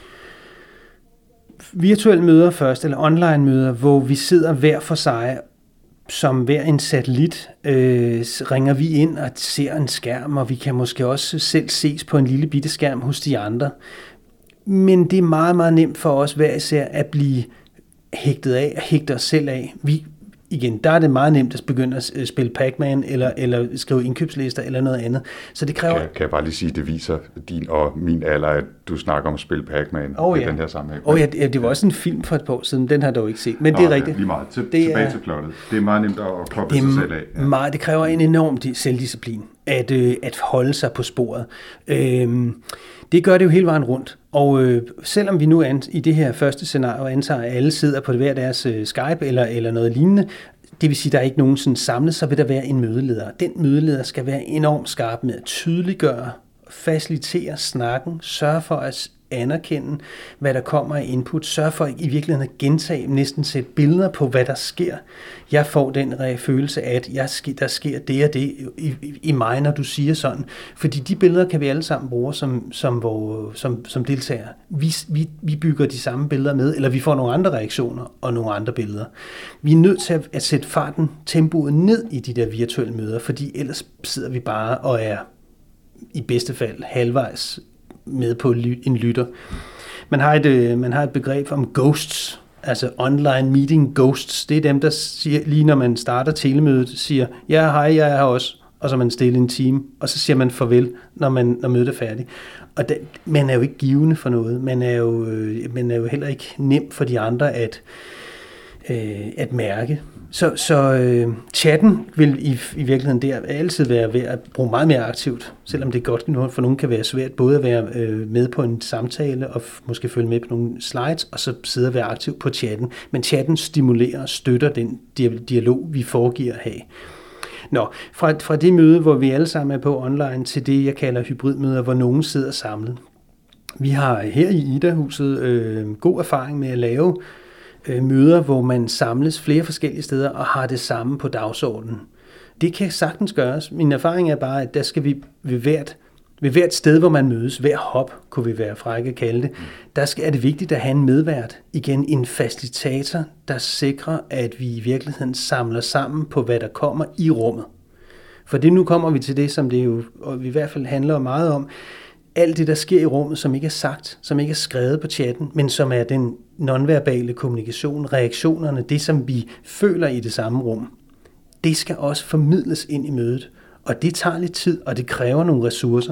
virtuelle møder først, eller online møder, hvor vi sidder hver for sig, som hver en satellit, øh, ringer vi ind og ser en skærm, og vi kan måske også selv ses på en lille bitte skærm hos de andre. Men det er meget, meget nemt for os hver især at blive hægtet af, at hægte os selv af. Vi, igen, der er det meget nemt at begynde at spille Pac-Man, eller, eller skrive indkøbslister, eller noget andet. Så det kræver... Kan, kan jeg bare lige sige, det viser din og min alder, at du snakker om at spille Pac-Man oh, i ja. den her sammenhæng. Oh, ja, det, det var også en film for et par år siden, den har du ikke set, men Nå, det er okay, rigtigt. Lige meget. Til, det tilbage er, til klokket. Det er meget nemt at koble sig selv af. Ja. Meget, det kræver en enorm selvdisciplin, at, øh, at holde sig på sporet. Øh, Det gør det jo hele vejen rundt, og øh, selvom vi nu an, i det her første scenario antager, at alle sidder på hver deres øh, Skype eller, eller noget lignende, det vil sige, at der er ikke nogen sådan samlet, så vil der være en mødeleder. Den mødeleder skal være enormt skarp med at tydeliggøre, facilitere snakken, sørge for, at anerkende, hvad der kommer af input. Sørg for i virkeligheden at gentage, næsten sætte billeder på, hvad der sker. Jeg får den følelse af, at jeg, der sker det og det i, i mig, når du siger sådan. Fordi de billeder kan vi alle sammen bruge som, som, som, som deltagere. Vi, vi, vi bygger de samme billeder med, eller vi får nogle andre reaktioner og nogle andre billeder. Vi er nødt til at, at sætte farten, tempoet ned i de der virtuelle møder, fordi ellers sidder vi bare og er i bedste fald halvvejs med på en lytter. Man har et, man har et begreb om ghosts, altså online meeting ghosts. Det er dem, der siger, lige når man starter telemødet, siger, ja, hej, jeg er her også, og så er man stille en time, og så siger man farvel, når, man, når mødet er færdigt. Og det, man er jo ikke givende for noget. Man er jo, man er jo heller ikke nem for de andre at, øh, at mærke. Så, så øh, chatten vil i, i virkeligheden der altid være ved at bruge meget mere aktivt, selvom det godt for nogen kan være svært både at være øh, med på en samtale og f- måske følge med på nogle slides, og så sidde og være aktiv på chatten. Men chatten stimulerer og støtter den dialog, vi foregiver at have. Nå, fra, fra det møde, hvor vi alle sammen er på online, til det, jeg kalder hybridmøder, hvor nogen sidder samlet. Vi har her i Ida-huset øh, god erfaring med at lave møder, hvor man samles flere forskellige steder og har det samme på dagsordenen. Det kan sagtens gøres. Min erfaring er bare, at der skal vi ved hvert, ved hvert sted, hvor man mødes, hver hop, kunne vi være frække at kalde det, der skal, er det vigtigt at have en medvært. Igen, en facilitator, der sikrer, at vi i virkeligheden samler sammen på, hvad der kommer i rummet. For det nu kommer vi til det, som det jo og vi i hvert fald handler meget om, alt det, der sker i rummet, som ikke er sagt, som ikke er skrevet på chatten, men som er den nonverbale kommunikation, reaktionerne, det som vi føler i det samme rum, det skal også formidles ind i mødet. Og det tager lidt tid, og det kræver nogle ressourcer.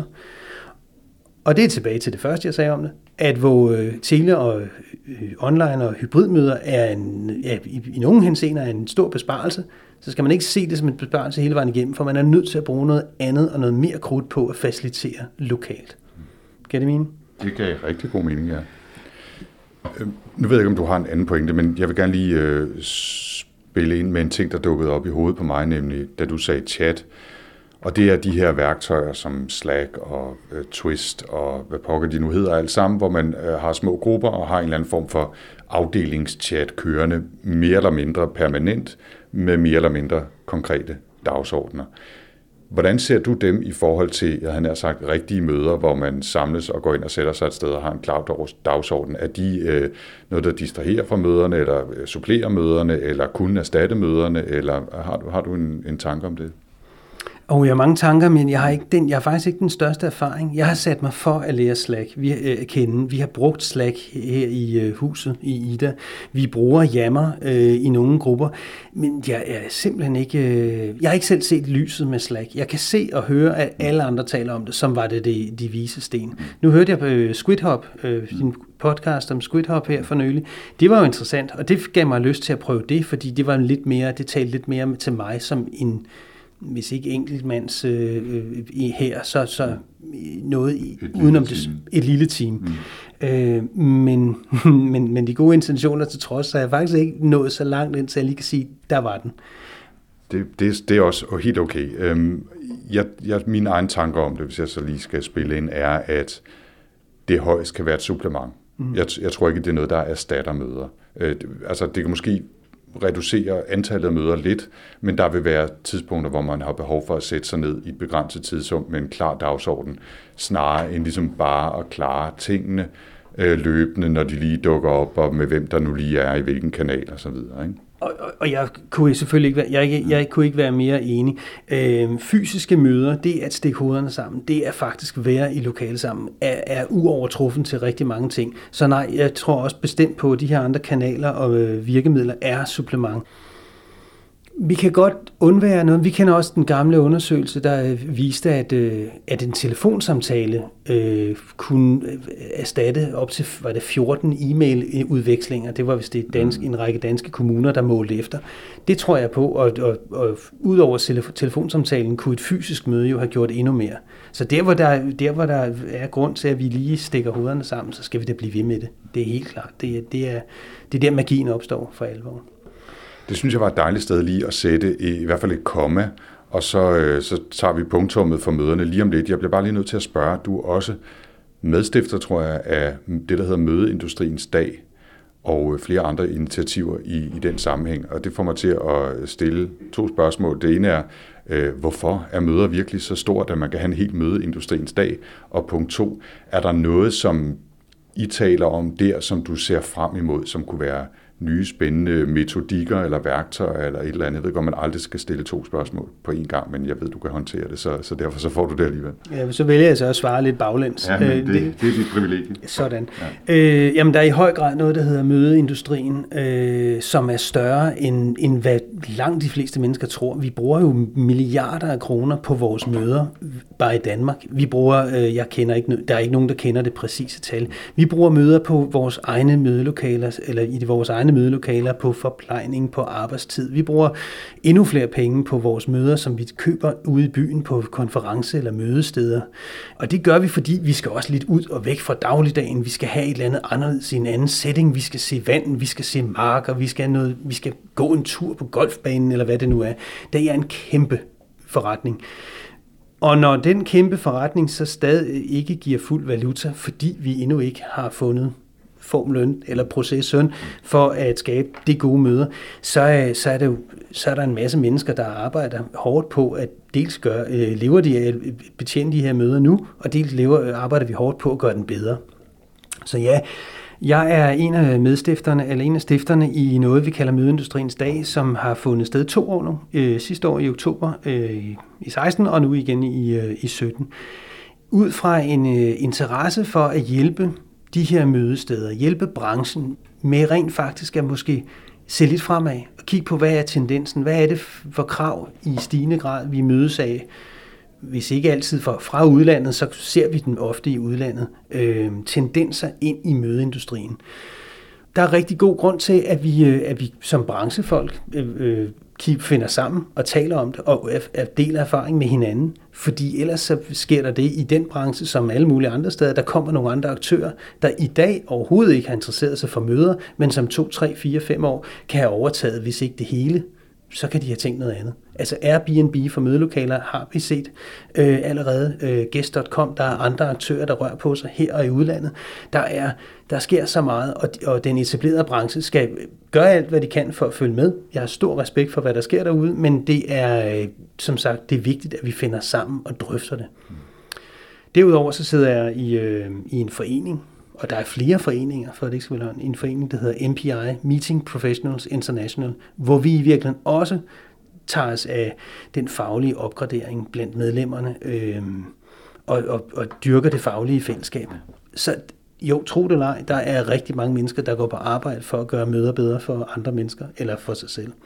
Og det er tilbage til det første, jeg sagde om det, at hvor øh, tele- og øh, online- og hybridmøder er en, ja, i, i nogle henseender er en stor besparelse, så skal man ikke se det som en besparelse hele vejen igennem, for man er nødt til at bruge noget andet og noget mere krudt på at facilitere lokalt. Kan det mene? Det gav rigtig god mening, ja. Øh, nu ved jeg ikke, om du har en anden pointe, men jeg vil gerne lige øh, spille ind med en ting, der dukkede op i hovedet på mig, nemlig da du sagde chat. Og det er de her værktøjer som Slack og øh, Twist og hvad pokker de nu hedder alt sammen, hvor man øh, har små grupper og har en eller anden form for afdelingschat kørende mere eller mindre permanent med mere eller mindre konkrete dagsordner. Hvordan ser du dem i forhold til, jeg havde nær sagt, rigtige møder, hvor man samles og går ind og sætter sig et sted og har en klar dagsorden? Er de øh, noget, der distraherer fra møderne, eller supplerer møderne, eller kun erstatte møderne, eller har du, har du en, en tanke om det? Og jeg har mange tanker, men jeg har, ikke den, jeg har faktisk ikke den største erfaring. Jeg har sat mig for at lære Slack. Vi, øh, kende. Vi har brugt Slack her i øh, huset i Ida. Vi bruger Yammer øh, i nogle grupper, men jeg er simpelthen ikke... Øh, jeg har ikke selv set lyset med Slack. Jeg kan se og høre, at alle andre taler om det, som var det de, de vise sten. Nu hørte jeg på øh, SquidHub, øh, din podcast om SquidHub her for nylig. Det var jo interessant, og det gav mig lyst til at prøve det, fordi det var lidt mere, det talte lidt mere til mig som en... hvis ikke enkeltmands øh, i her, så, så noget i, udenom det, et lille team. Mm. Øh, men, men, men de gode intentioner til trods, så er jeg faktisk ikke nået så langt ind, så jeg lige kan sige, der var den. Det, det, det er også helt okay. Øhm, jeg, jeg, mine egne tanker om det, hvis jeg så lige skal spille ind, er, at det højst kan være et supplement. Mm. Jeg, jeg tror ikke, det er noget, der erstatter møder. Øh, altså, det kan måske reducere antallet af møder lidt, men der vil være tidspunkter, hvor man har behov for at sætte sig ned i et begrænset tidsrum med en klar dagsorden, snarere end ligesom bare at klare tingene øh, løbende, når de lige dukker op, og med hvem der nu lige er i hvilken kanal og så videre, ikke? Og, og, og jeg kunne selvfølgelig ikke være, jeg, jeg kunne ikke være mere enig. Øh, fysiske møder, det at stikke hovederne sammen, det er faktisk at være i lokale sammen, er, er uovertruffen til rigtig mange ting. Så nej, jeg tror også bestemt på, at de her andre kanaler og øh, virkemidler er supplement. Vi kan godt undvære noget. Vi kender også den gamle undersøgelse, der viste, at, at en telefonsamtale øh, kunne erstatte op til var det fjorten e-mail-udvekslinger. Det var vist det dansk, en række danske kommuner, der målte efter. Det tror jeg på, og, og, og udover telefonsamtalen kunne et fysisk møde jo have gjort endnu mere. Så der hvor der, der, hvor der er grund til, at vi lige stikker hovederne sammen, så skal vi da blive ved med det. Det er helt klart. Det er, det er, det er der magien opstår for alvor. Det synes jeg var et dejligt sted lige at sætte i, i hvert fald et komma, og så, øh, så tager vi punktummet for møderne lige om lidt. Jeg bliver bare lige nødt til at spørge, du også, medstifter, tror jeg, af det, der hedder Mødeindustriens Dag, og flere andre initiativer i, i den sammenhæng. Og det får mig til at stille to spørgsmål. Det ene er, øh, hvorfor er møder virkelig så stort, at man kan have en helt Mødeindustriens Dag? Og punkt to, er der noget, som I taler om der, som du ser frem imod, som kunne være nye spændende metodikker eller værktøjer eller et eller andet? Jeg ved godt, man aldrig skal stille to spørgsmål på én gang, men jeg ved, du kan håndtere det, så, så derfor så får du det alligevel. Ja, så vælger jeg så at svare lidt baglæns. Ja, men det, det, det er dit privilegie. Sådan. Ja. Øh, jamen, der er i høj grad noget, der hedder mødeindustrien, øh, som er større end, end hvad langt de fleste mennesker tror. Vi bruger jo milliarder af kroner på vores møder, bare i Danmark. Vi bruger, øh, jeg kender ikke, der er ikke nogen, der kender det præcise tal. Vi bruger møder på vores egne mødelokaler, eller i vores egne mødelokaler, på forplejning, på arbejdstid. Vi bruger endnu flere penge på vores møder, som vi køber ude i byen på konference- eller mødesteder. Og det gør vi, fordi vi skal også lidt ud og væk fra dagligdagen. Vi skal have et eller andet anderledes i en anden setting. Vi skal se vandet, vi skal se marker, vi skal, noget, vi skal gå en tur på golfbanen, eller hvad det nu er. Det er en kæmpe forretning. Og når den kæmpe forretning så stadig ikke giver fuld valuta, fordi vi endnu ikke har fundet formlen eller processen for at skabe de gode møder, så, så, er det jo, så er der en masse mennesker, der arbejder hårdt på at dels gøre, øh, lever de at betjene de her møder nu, og dels lever, arbejder vi hårdt på at gøre den bedre. Så ja, jeg er en af medstifterne, eller en af stifterne i noget, vi kalder Mødeindustriens Dag, som har fundet sted to år nu. Øh, sidste år i oktober øh, i seksten, og nu igen i, øh, i sytten. Ud fra en øh, interesse for at hjælpe de her mødesteder, hjælpe branchen med rent faktisk at måske se lidt fremad og kigge på, hvad er tendensen, hvad er det for krav i stigende grad, vi mødes af. Hvis ikke altid fra, fra udlandet, så ser vi dem ofte i udlandet. Øh, tendenser ind i mødeindustrien. Der er rigtig god grund til, at vi, at vi som branchefolk øh, finder sammen og taler om det, og er del af erfaring med hinanden. Fordi ellers så sker der det i den branche, som alle mulige andre steder. Der kommer nogle andre aktører, der i dag overhovedet ikke har interesseret sig for møder, men som to, tre, fire, fem år kan have overtaget, hvis ikke det hele, så kan de have tænkt noget andet. Altså Airbnb for mødelokaler har vi set øh, allerede. Øh, Guest punktum com, der er andre aktører, der rører på sig her og i udlandet. Der, er, der sker så meget, og, og den etablerede branche skal gøre alt, hvad de kan for at følge med. Jeg har stor respekt for, hvad der sker derude, men det er, øh, som sagt, det er vigtigt, at vi finder sammen og drøfter det. Mm. Derudover så sidder jeg i, øh, i en forening, og der er flere foreninger, for det ikke skal være en forening, der hedder M P I, Meeting Professionals International, hvor vi i virkeligheden også tager os af den faglige opgradering blandt medlemmerne øh, og, og, og dyrker det faglige fællesskab. Så jo, tro det eller ej, der er rigtig mange mennesker, der går på arbejde for at gøre møder bedre for andre mennesker eller for sig selv.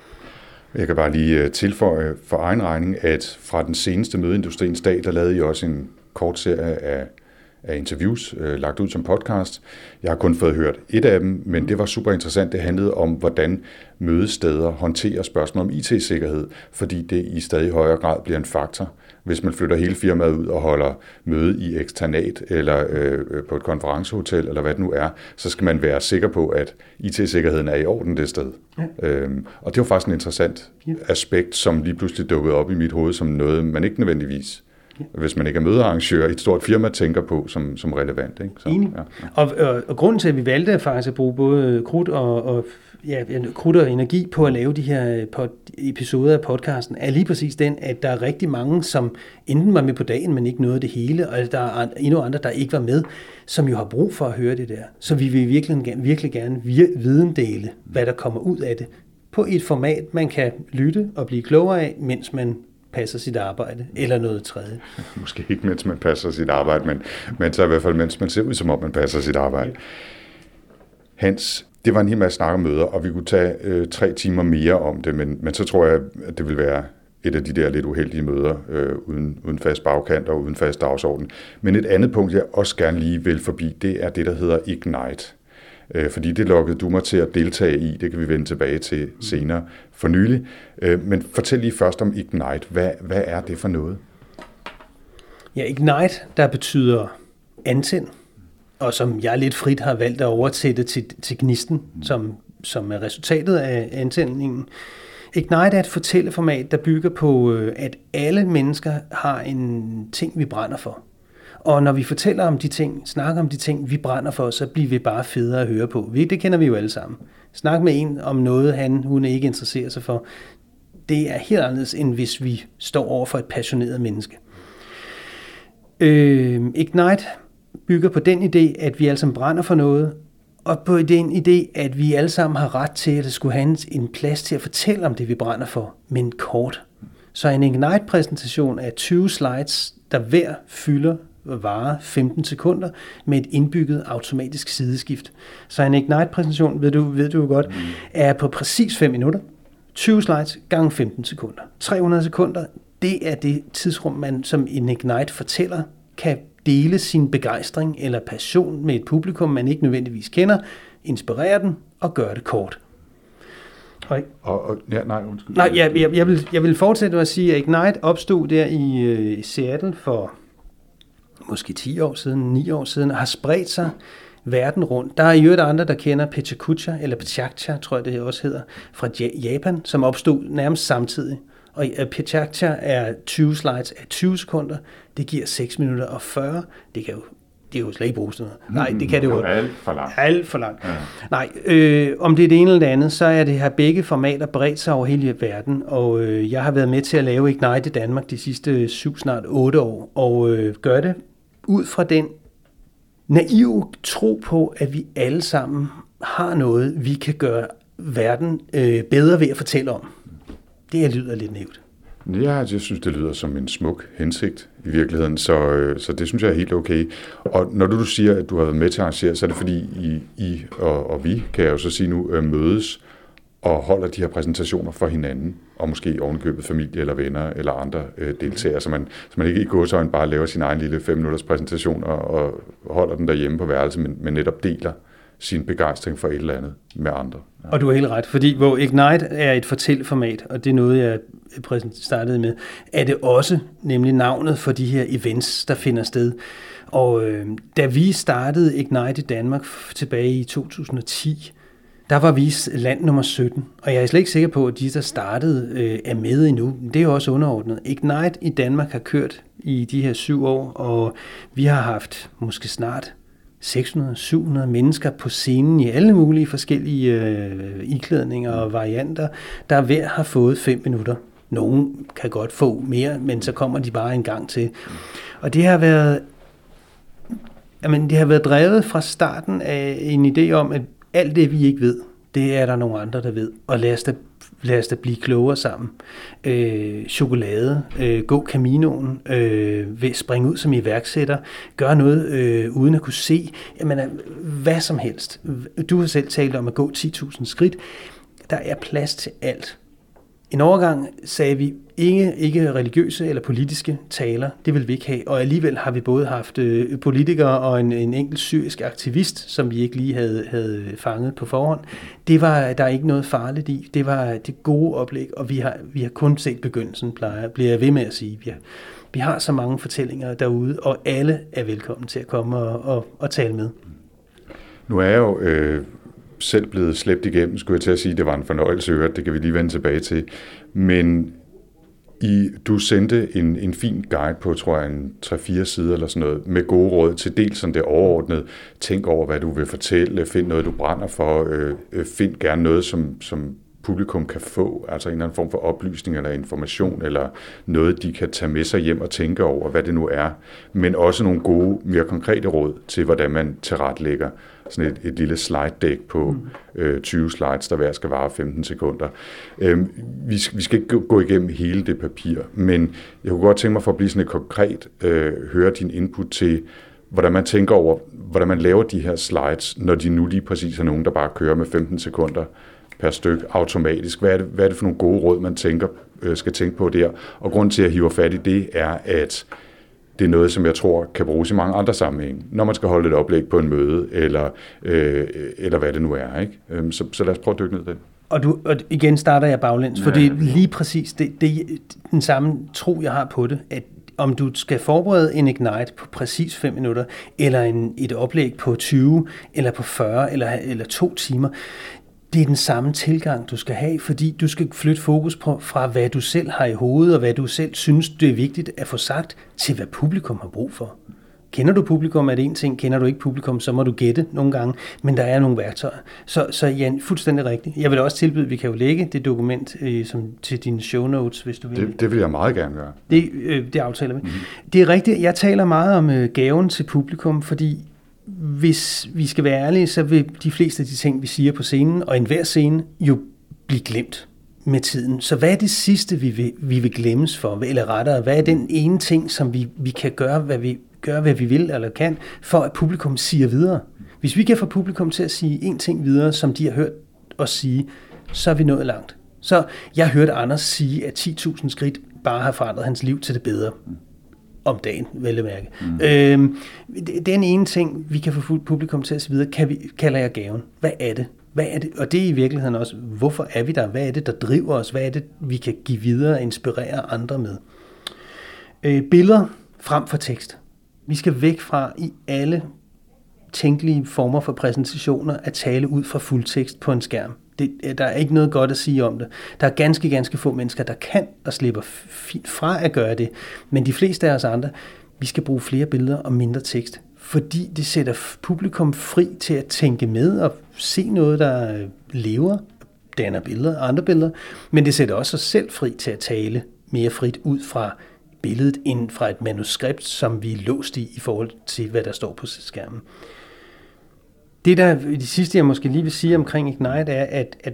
Jeg kan bare lige tilføje for egen regning, at fra den seneste Mødeindustriens Dag, der lavede I også en kort serie af af interviews, øh, lagt ud som podcast. Jeg har kun fået hørt et af dem, men det var super interessant. Det handlede om, hvordan mødesteder håndterer spørgsmål om I T-sikkerhed, fordi det i stadig højere grad bliver en faktor. Hvis man flytter hele firmaet ud og holder møde i eksternat eller øh, på et konferencehotel, eller hvad det nu er, så skal man være sikker på, at I T-sikkerheden er i orden det sted. Ja. Øhm, og det var faktisk en interessant ja. aspekt, som lige pludselig dukkede op i mit hoved som noget, man ikke nødvendigvis hvis man ikke er mødearrangør i et stort firma, tænker på som, som relevant. Ikke? Så, Enig. Ja, ja. Og, og, og grunden til, at vi valgte faktisk at bruge både krudt og, og, ja, krudt og energi på at lave de her pod, episoder af podcasten, er lige præcis den, at der er rigtig mange, som enten var med på dagen, men ikke nåede det hele, og der er endnu andre, der ikke var med, som jo har brug for at høre det der. Så vi vil virkelig, virkelig gerne videndele, hvad der kommer ud af det, på et format, man kan lytte og blive klogere af, mens man passer sit arbejde, eller noget tredje. Måske ikke, mens man passer sit arbejde, men, men så i hvert fald, mens man ser ud, som om man passer sit arbejde. Hans, det var en hel masse snak om møder, og vi kunne tage øh, tre timer mere om det, men, men så tror jeg, at det vil være et af de der lidt uheldige møder, øh, uden, uden fast bagkant og uden fast dagsorden. Men et andet punkt, jeg også gerne lige vil forbi, det er det, der hedder Ignite. Fordi det lukkede du mig til at deltage i, det kan vi vende tilbage til senere for nylig. Men fortæl lige først om Ignite. Hvad, hvad er det for noget? Ja, Ignite, der betyder antænd, og som jeg lidt frit har valgt at oversætte til, til gnisten, som, som er resultatet af antændningen. Ignite er et fortælleformat, der bygger på, at alle mennesker har en ting, vi brænder for. Og når vi fortæller om de ting, snakker om de ting, vi brænder for, så bliver vi bare federe at høre på. Det kender vi jo alle sammen. Snak med en om noget, han, hun ikke interesserer sig for. Det er helt anderledes, end hvis vi står over for et passioneret menneske. Øh, Ignite bygger på den idé, at vi alle sammen brænder for noget, og på den idé, at vi alle sammen har ret til, at det skulle have en plads til at fortælle om det, vi brænder for, men kort. Så en Ignite-præsentation er tyve slides, der hver fylder og varer femten sekunder med et indbygget automatisk sideskift. Så en Ignite-præsentation, ved du, ved du godt, mm. er på præcis fem minutter. tyve slides gange femten sekunder. tre hundrede sekunder, det er det tidsrum, man som en Ignite fortæller, kan dele sin begejstring eller passion med et publikum, man ikke nødvendigvis kender, inspirere den og gøre det kort. Og, og, og ja, nej, undskyld. Nej, jeg, jeg, jeg, vil, jeg vil fortsætte med at sige, at Ignite opstod der i, øh, i Seattle for måske ti år siden, ni år siden, og har spredt sig verden rundt. Der er i øvrigt andre, der kender Pechakucha, eller Pechakucha, tror jeg det også hedder, fra Japan, som opstod nærmest samtidig. Og Pechakucha er tyve slides af tyve sekunder. Det giver seks minutter og fyrre. Det kan jo, det er jo slet ikke bruges noget. Nej, det kan det jo. Det er alt for langt. Alt for langt. Ja. Nej, øh, om det er det ene eller det andet, så er det her begge formater bredt sig over hele verden. Og øh, jeg har været med til at lave Ignite i Danmark de sidste syv, snart otte år. Og øh, gør det ud fra den naive tro på, at vi alle sammen har noget, vi kan gøre verden øh, bedre ved at fortælle om. Det lyder lidt nævnt. Ja, jeg synes, det lyder som en smuk hensigt i virkeligheden, så, så det synes jeg er helt okay. Og når du siger, at du har været med til at arrangere, så er det fordi I, I og, og vi, kan jeg jo så sige nu, mødes og holder de her præsentationer for hinanden, og måske ovenikøbet familie eller venner eller andre øh, deltagere, så man, så man ikke i gåseøjne bare laver sin egen lille fem minutters præsentation og, og holder den derhjemme på værelset, men, men netop deler sin begejstring for et eller andet med andre. Ja. Og du har helt ret, fordi hvor Ignite er et fortælleformat, og det er noget, jeg startede med, er det også nemlig navnet for de her events, der finder sted. Og øh, da vi startede Ignite i Danmark tilbage i to tusind og ti, der var vi land nummer sytten, og jeg er slet ikke sikker på, at de, der startede, øh, er med endnu. Det er jo også underordnet. Ignite i Danmark har kørt i de her syv år, og vi har haft måske snart seks hundrede til syv hundrede mennesker på scenen i alle mulige forskellige øh, iklædninger og varianter, der hver har fået fem minutter. Nogen kan godt få mere, men så kommer de bare en gang til. Og det har været, jamen, det har været drevet fra starten af en idé om, at alt det, vi ikke ved, det er der nogle andre, der ved. Og lad os da, lad os da blive klogere sammen. Øh, chokolade, øh, gå Caminoen, øh, ved springe ud som iværksætter, gøre noget øh, uden at kunne se, jamen, hvad som helst. Du har selv talt om at gå ti tusind skridt. Der er plads til alt. En overgang sagde vi ikke, ikke religiøse eller politiske taler, det vil vi ikke have, og alligevel har vi både haft øh, politikere og en, en enkelt syrisk aktivist, som vi ikke lige havde, havde fanget på forhånd. Det var der er ikke noget farligt i, det var det gode oplæg, og vi har, vi har kun set begyndelsen, plejer, bliver jeg ved med at sige. Vi har, vi har så mange fortællinger derude, og alle er velkommen til at komme og, og, og tale med. Nu er jeg jo øh, selv blevet slæbt igennem, skulle jeg til at sige, det var en fornøjelse hørt, det kan vi lige vende tilbage til, men I, du sendte en, en fin guide på, tror jeg, en tre fire sider eller sådan noget, med gode råd til dels sådan det overordnede. Tænk over, hvad du vil fortælle, find noget, du brænder for, øh, find gerne noget, som, som publikum kan få, altså en eller anden form for oplysning eller information, eller noget, de kan tage med sig hjem og tænke over, hvad det nu er, men også nogle gode, mere konkrete råd til, hvordan man tilretlægger sådan et, et lille slide deck på mm. øh, tyve slides, der hver skal vare femten sekunder. Øhm, vi, vi skal ikke gå igennem hele det papir, men jeg kunne godt tænke mig for at blive sådan et konkret, øh, høre din input til, hvordan man tænker over, hvordan man laver de her slides, når de nu lige præcis er nogen, der bare kører med femten sekunder per styk automatisk. Hvad er det, hvad er det for nogle gode råd, man tænker, øh, skal tænke på der? Og grunden til, at jeg hiver fat i det, er, at det er noget, som jeg tror kan bruges i mange andre sammenhænge, når man skal holde et oplæg på en møde, eller, øh, eller hvad det nu er. Ikke? Så, så lad os prøve at dykke ned i det. Og, du, og igen starter jeg baglæns, for det er lige præcis det, det, den samme tro, jeg har på det, at om du skal forberede en Ignite på præcis fem minutter, eller en, et oplæg på tyve, eller på fyrre, eller, eller to timer, det er den samme tilgang, du skal have, fordi du skal flytte fokus på, fra hvad du selv har i hovedet, og hvad du selv synes, det er vigtigt at få sagt, til hvad publikum har brug for. Kender du publikum, er det en ting. Kender du ikke publikum, så må du gætte nogle gange. Men der er nogle værktøjer. Så, så ja, fuldstændig rigtigt. Jeg vil også tilbyde, at vi kan jo lægge det dokument øh, som, til dine show notes, hvis du vil. Det, det vil jeg meget gerne gøre. Det, øh, det aftaler vi. Mm-hmm. Det er rigtigt. Jeg taler meget om øh, gaven til publikum, fordi hvis vi skal være ærlige, så vil de fleste af de ting, vi siger på scenen, og enhver scene, jo blive glemt med tiden. Så hvad er det sidste, vi vil, vi vil glemmes for? Eller rettere, hvad er den ene ting, som vi, vi kan gøre, hvad vi gør, hvad vi vil eller kan, for at publikum siger videre? Hvis vi kan få publikum til at sige en ting videre, som de har hørt os sige, så er vi nået langt. Så jeg hørte Anders sige, at ti tusind skridt bare har forandret hans liv til det bedre. Om dagen, vel at mærke. Mm. Øhm, den ene ting, vi kan få publikum til at sige videre, kan vi, kalder jeg gaven. Hvad er det? Hvad er det? Og det er i virkeligheden også, hvorfor er vi der? Hvad er det, der driver os? Hvad er det, vi kan give videre og inspirere andre med? Øh, billeder frem for tekst. Vi skal væk fra i alle tænkelige former for præsentationer at tale ud fra fuldtekst på en skærm. Det, der er ikke noget godt at sige om det. Der er ganske, ganske få mennesker, der kan og slipper fint fra at gøre det. Men de fleste af os andre, vi skal bruge flere billeder og mindre tekst. Fordi det sætter publikum fri til at tænke med og se noget, der lever, danner billeder og andre billeder. Men det sætter også sig selv fri til at tale mere frit ud fra billedet end fra et manuskript, som vi er låst i i forhold til, hvad der står på skærmen. Det, der det sidste, jeg måske lige vil sige omkring Ignite, er, at, at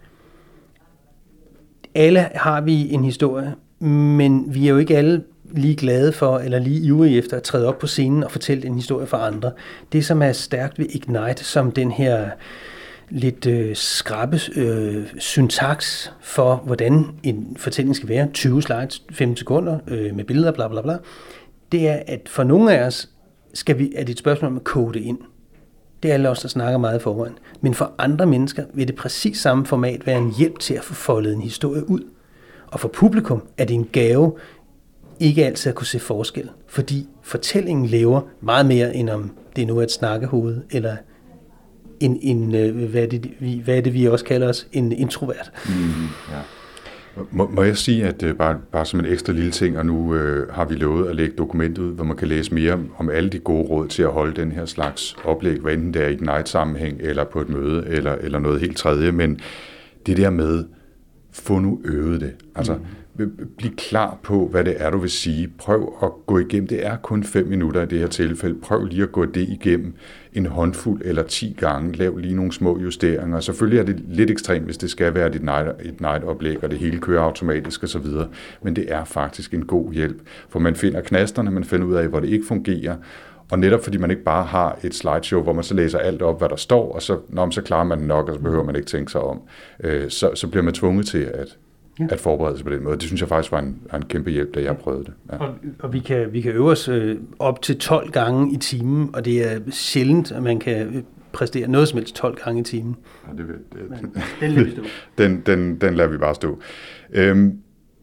alle har vi en historie, men vi er jo ikke alle lige glade for, eller lige ivrige efter at træde op på scenen og fortælle en historie for andre. Det, som er stærkt ved Ignite, som den her lidt øh, skrappe øh, syntaks for, hvordan en fortælling skal være, tyve slides, femten sekunder, øh, med billeder, bla bla bla, det er, at for nogle af os skal vi, er det et spørgsmål om at kode ind. Det er alle os, der snakker meget i forvejen. Men for andre mennesker vil det præcis samme format være en hjælp til at få foldet en historie ud. Og for publikum er det en gave, ikke altid at kunne se forskel. Fordi fortællingen lever meget mere, end om det nu er et snakkehoved, eller en, en, hvad, er det, vi, hvad er det, vi også kalder os, en introvert. Mm, ja. Må, må jeg sige, at uh, bare, bare som en ekstra lille ting, og nu uh, har vi lovet at lægge dokumentet ud, hvor man kan læse mere om alle de gode råd til at holde den her slags oplæg, hvad enten det er i et Ignite-sammenhæng, eller på et møde, eller, eller noget helt tredje, men det der med, få nu øvet det. Altså, mm. bliv klar på, hvad det er, du vil sige. Prøv at gå igennem. Det er kun fem minutter i det her tilfælde. Prøv lige at gå det igennem en håndfuld eller ti gange. Lav lige nogle små justeringer. Selvfølgelig er det lidt ekstremt, hvis det skal være et Ignite-oplæg, og det hele kører automatisk og så videre. Men det er faktisk en god hjælp. For man finder knasterne, man finder ud af, hvor det ikke fungerer. Og netop fordi man ikke bare har et slideshow, hvor man så læser alt op, hvad der står, og så, når man så klarer man det nok, og så behøver man ikke tænke sig om, øh, så, så bliver man tvunget til at, ja. at forberede sig på den måde. Det synes jeg faktisk var en, en kæmpe hjælp, da jeg prøvede det. Ja. Og, og vi kan, vi kan øve os øh, op til tolv gange i timen, og det er sjældent, at man kan præstere noget som helst tolv gange i timen. Ja, det, det, Men, den lader vi stå. den, den, den lader vi bare stå. Øhm,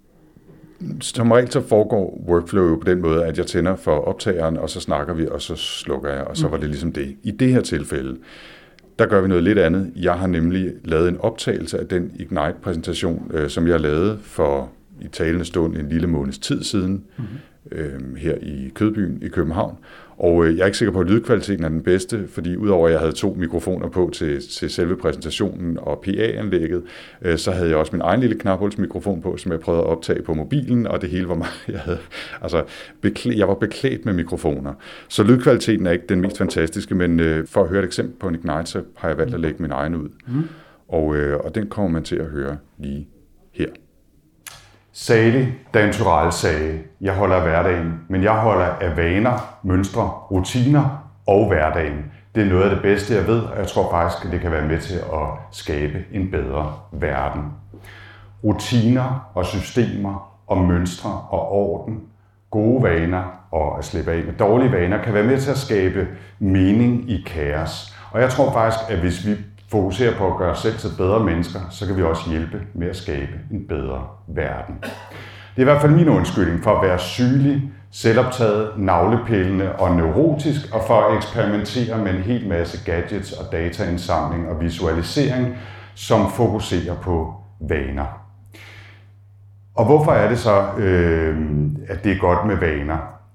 Som regel så foregår workflow jo på den måde, at jeg tænder for optageren, og så snakker vi, og så slukker jeg, og så var det ligesom det. I det her tilfælde, der gør vi noget lidt andet. Jeg har nemlig lavet en optagelse af den Ignite-præsentation, øh, som jeg lavede for i talende stund en lille måneds tid siden, mm-hmm. øh, her i Kødbyen i København. Og øh, jeg er ikke sikker på, at lydkvaliteten er den bedste, fordi udover at jeg havde to mikrofoner på til, til selve præsentationen og P A-anlægget, øh, så havde jeg også min egen lille knaphulsmikrofon på, som jeg prøvede at optage på mobilen, og det hele var mig. Jeg, havde, altså, beklæ, jeg var beklædt med mikrofoner. Så lydkvaliteten er ikke den mest fantastiske, men øh, for at høre et eksempel på en Ignite, så har jeg valgt at lægge min egen ud. Mm. Og, øh, og den kommer man til at høre lige her. Salig Dan Turèll sagde, jeg holder af hverdagen, men jeg holder af vaner, mønstre, rutiner og hverdagen. Det er noget af det bedste, jeg ved, og jeg tror faktisk, at det kan være med til at skabe en bedre verden. Rutiner og systemer og mønstre og orden, gode vaner og at slippe af med dårlige vaner, kan være med til at skabe mening i kaos. Og jeg tror faktisk, at hvis vi fokuserer på at gøre os selv til bedre mennesker, så kan vi også hjælpe med at skabe en bedre verden. Det er i hvert fald min undskyldning for at være sygelig, selvoptaget, navlepillende og neurotisk, og for at eksperimentere med en hel masse gadgets og dataindsamling og visualisering, som fokuserer på vaner. Og hvorfor er det så, øh, at det er godt med vaner?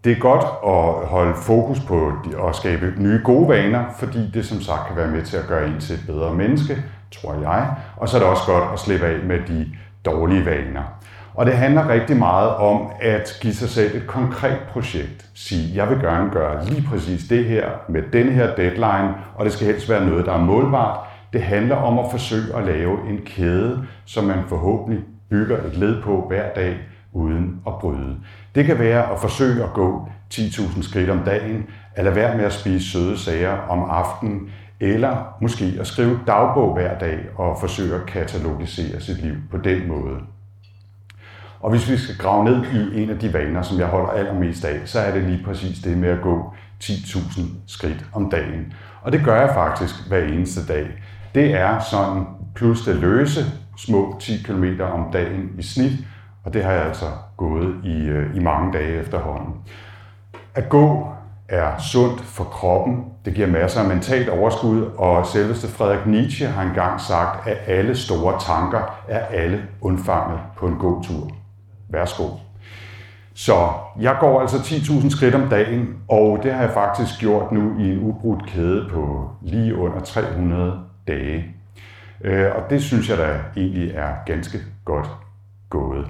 Det er godt at holde fokus på at skabe nye gode vaner, fordi det som sagt kan være med til at gøre en til et bedre menneske, tror jeg. Og så er det også godt at slippe af med de dårlige vaner. Og det handler rigtig meget om at give sig selv et konkret projekt. Sige, jeg vil gerne gøre lige præcis det her med denne her deadline, og det skal helst være noget, der er målbart. Det handler om at forsøge at lave en kæde, som man forhåbentlig bygger et led på hver dag, uden at bryde. Det kan være at forsøge at gå ti tusind skridt om dagen, eller være med at spise søde sager om aftenen, eller måske at skrive dagbog hver dag og forsøge at katalogisere sit liv på den måde. Og hvis vi skal grave ned i en af de vaner, som jeg holder allermest af, så er det lige præcis det med at gå ti tusind skridt om dagen. Og det gør jeg faktisk hver eneste dag. Det er sådan plus det løse små ti kilometer om dagen i snit, og det har jeg altså gået i, i mange dage efterhånden. At gå er sundt for kroppen, det giver masser af mentalt overskud, og selveste Friedrich Nietzsche har engang sagt, at alle store tanker er alle undfanget på en gåtur. Værsgo. Så jeg går altså ti tusind skridt om dagen, og det har jeg faktisk gjort nu i en ubrudt kæde på lige under tre hundrede dage. Og det synes jeg da egentlig er ganske godt gået.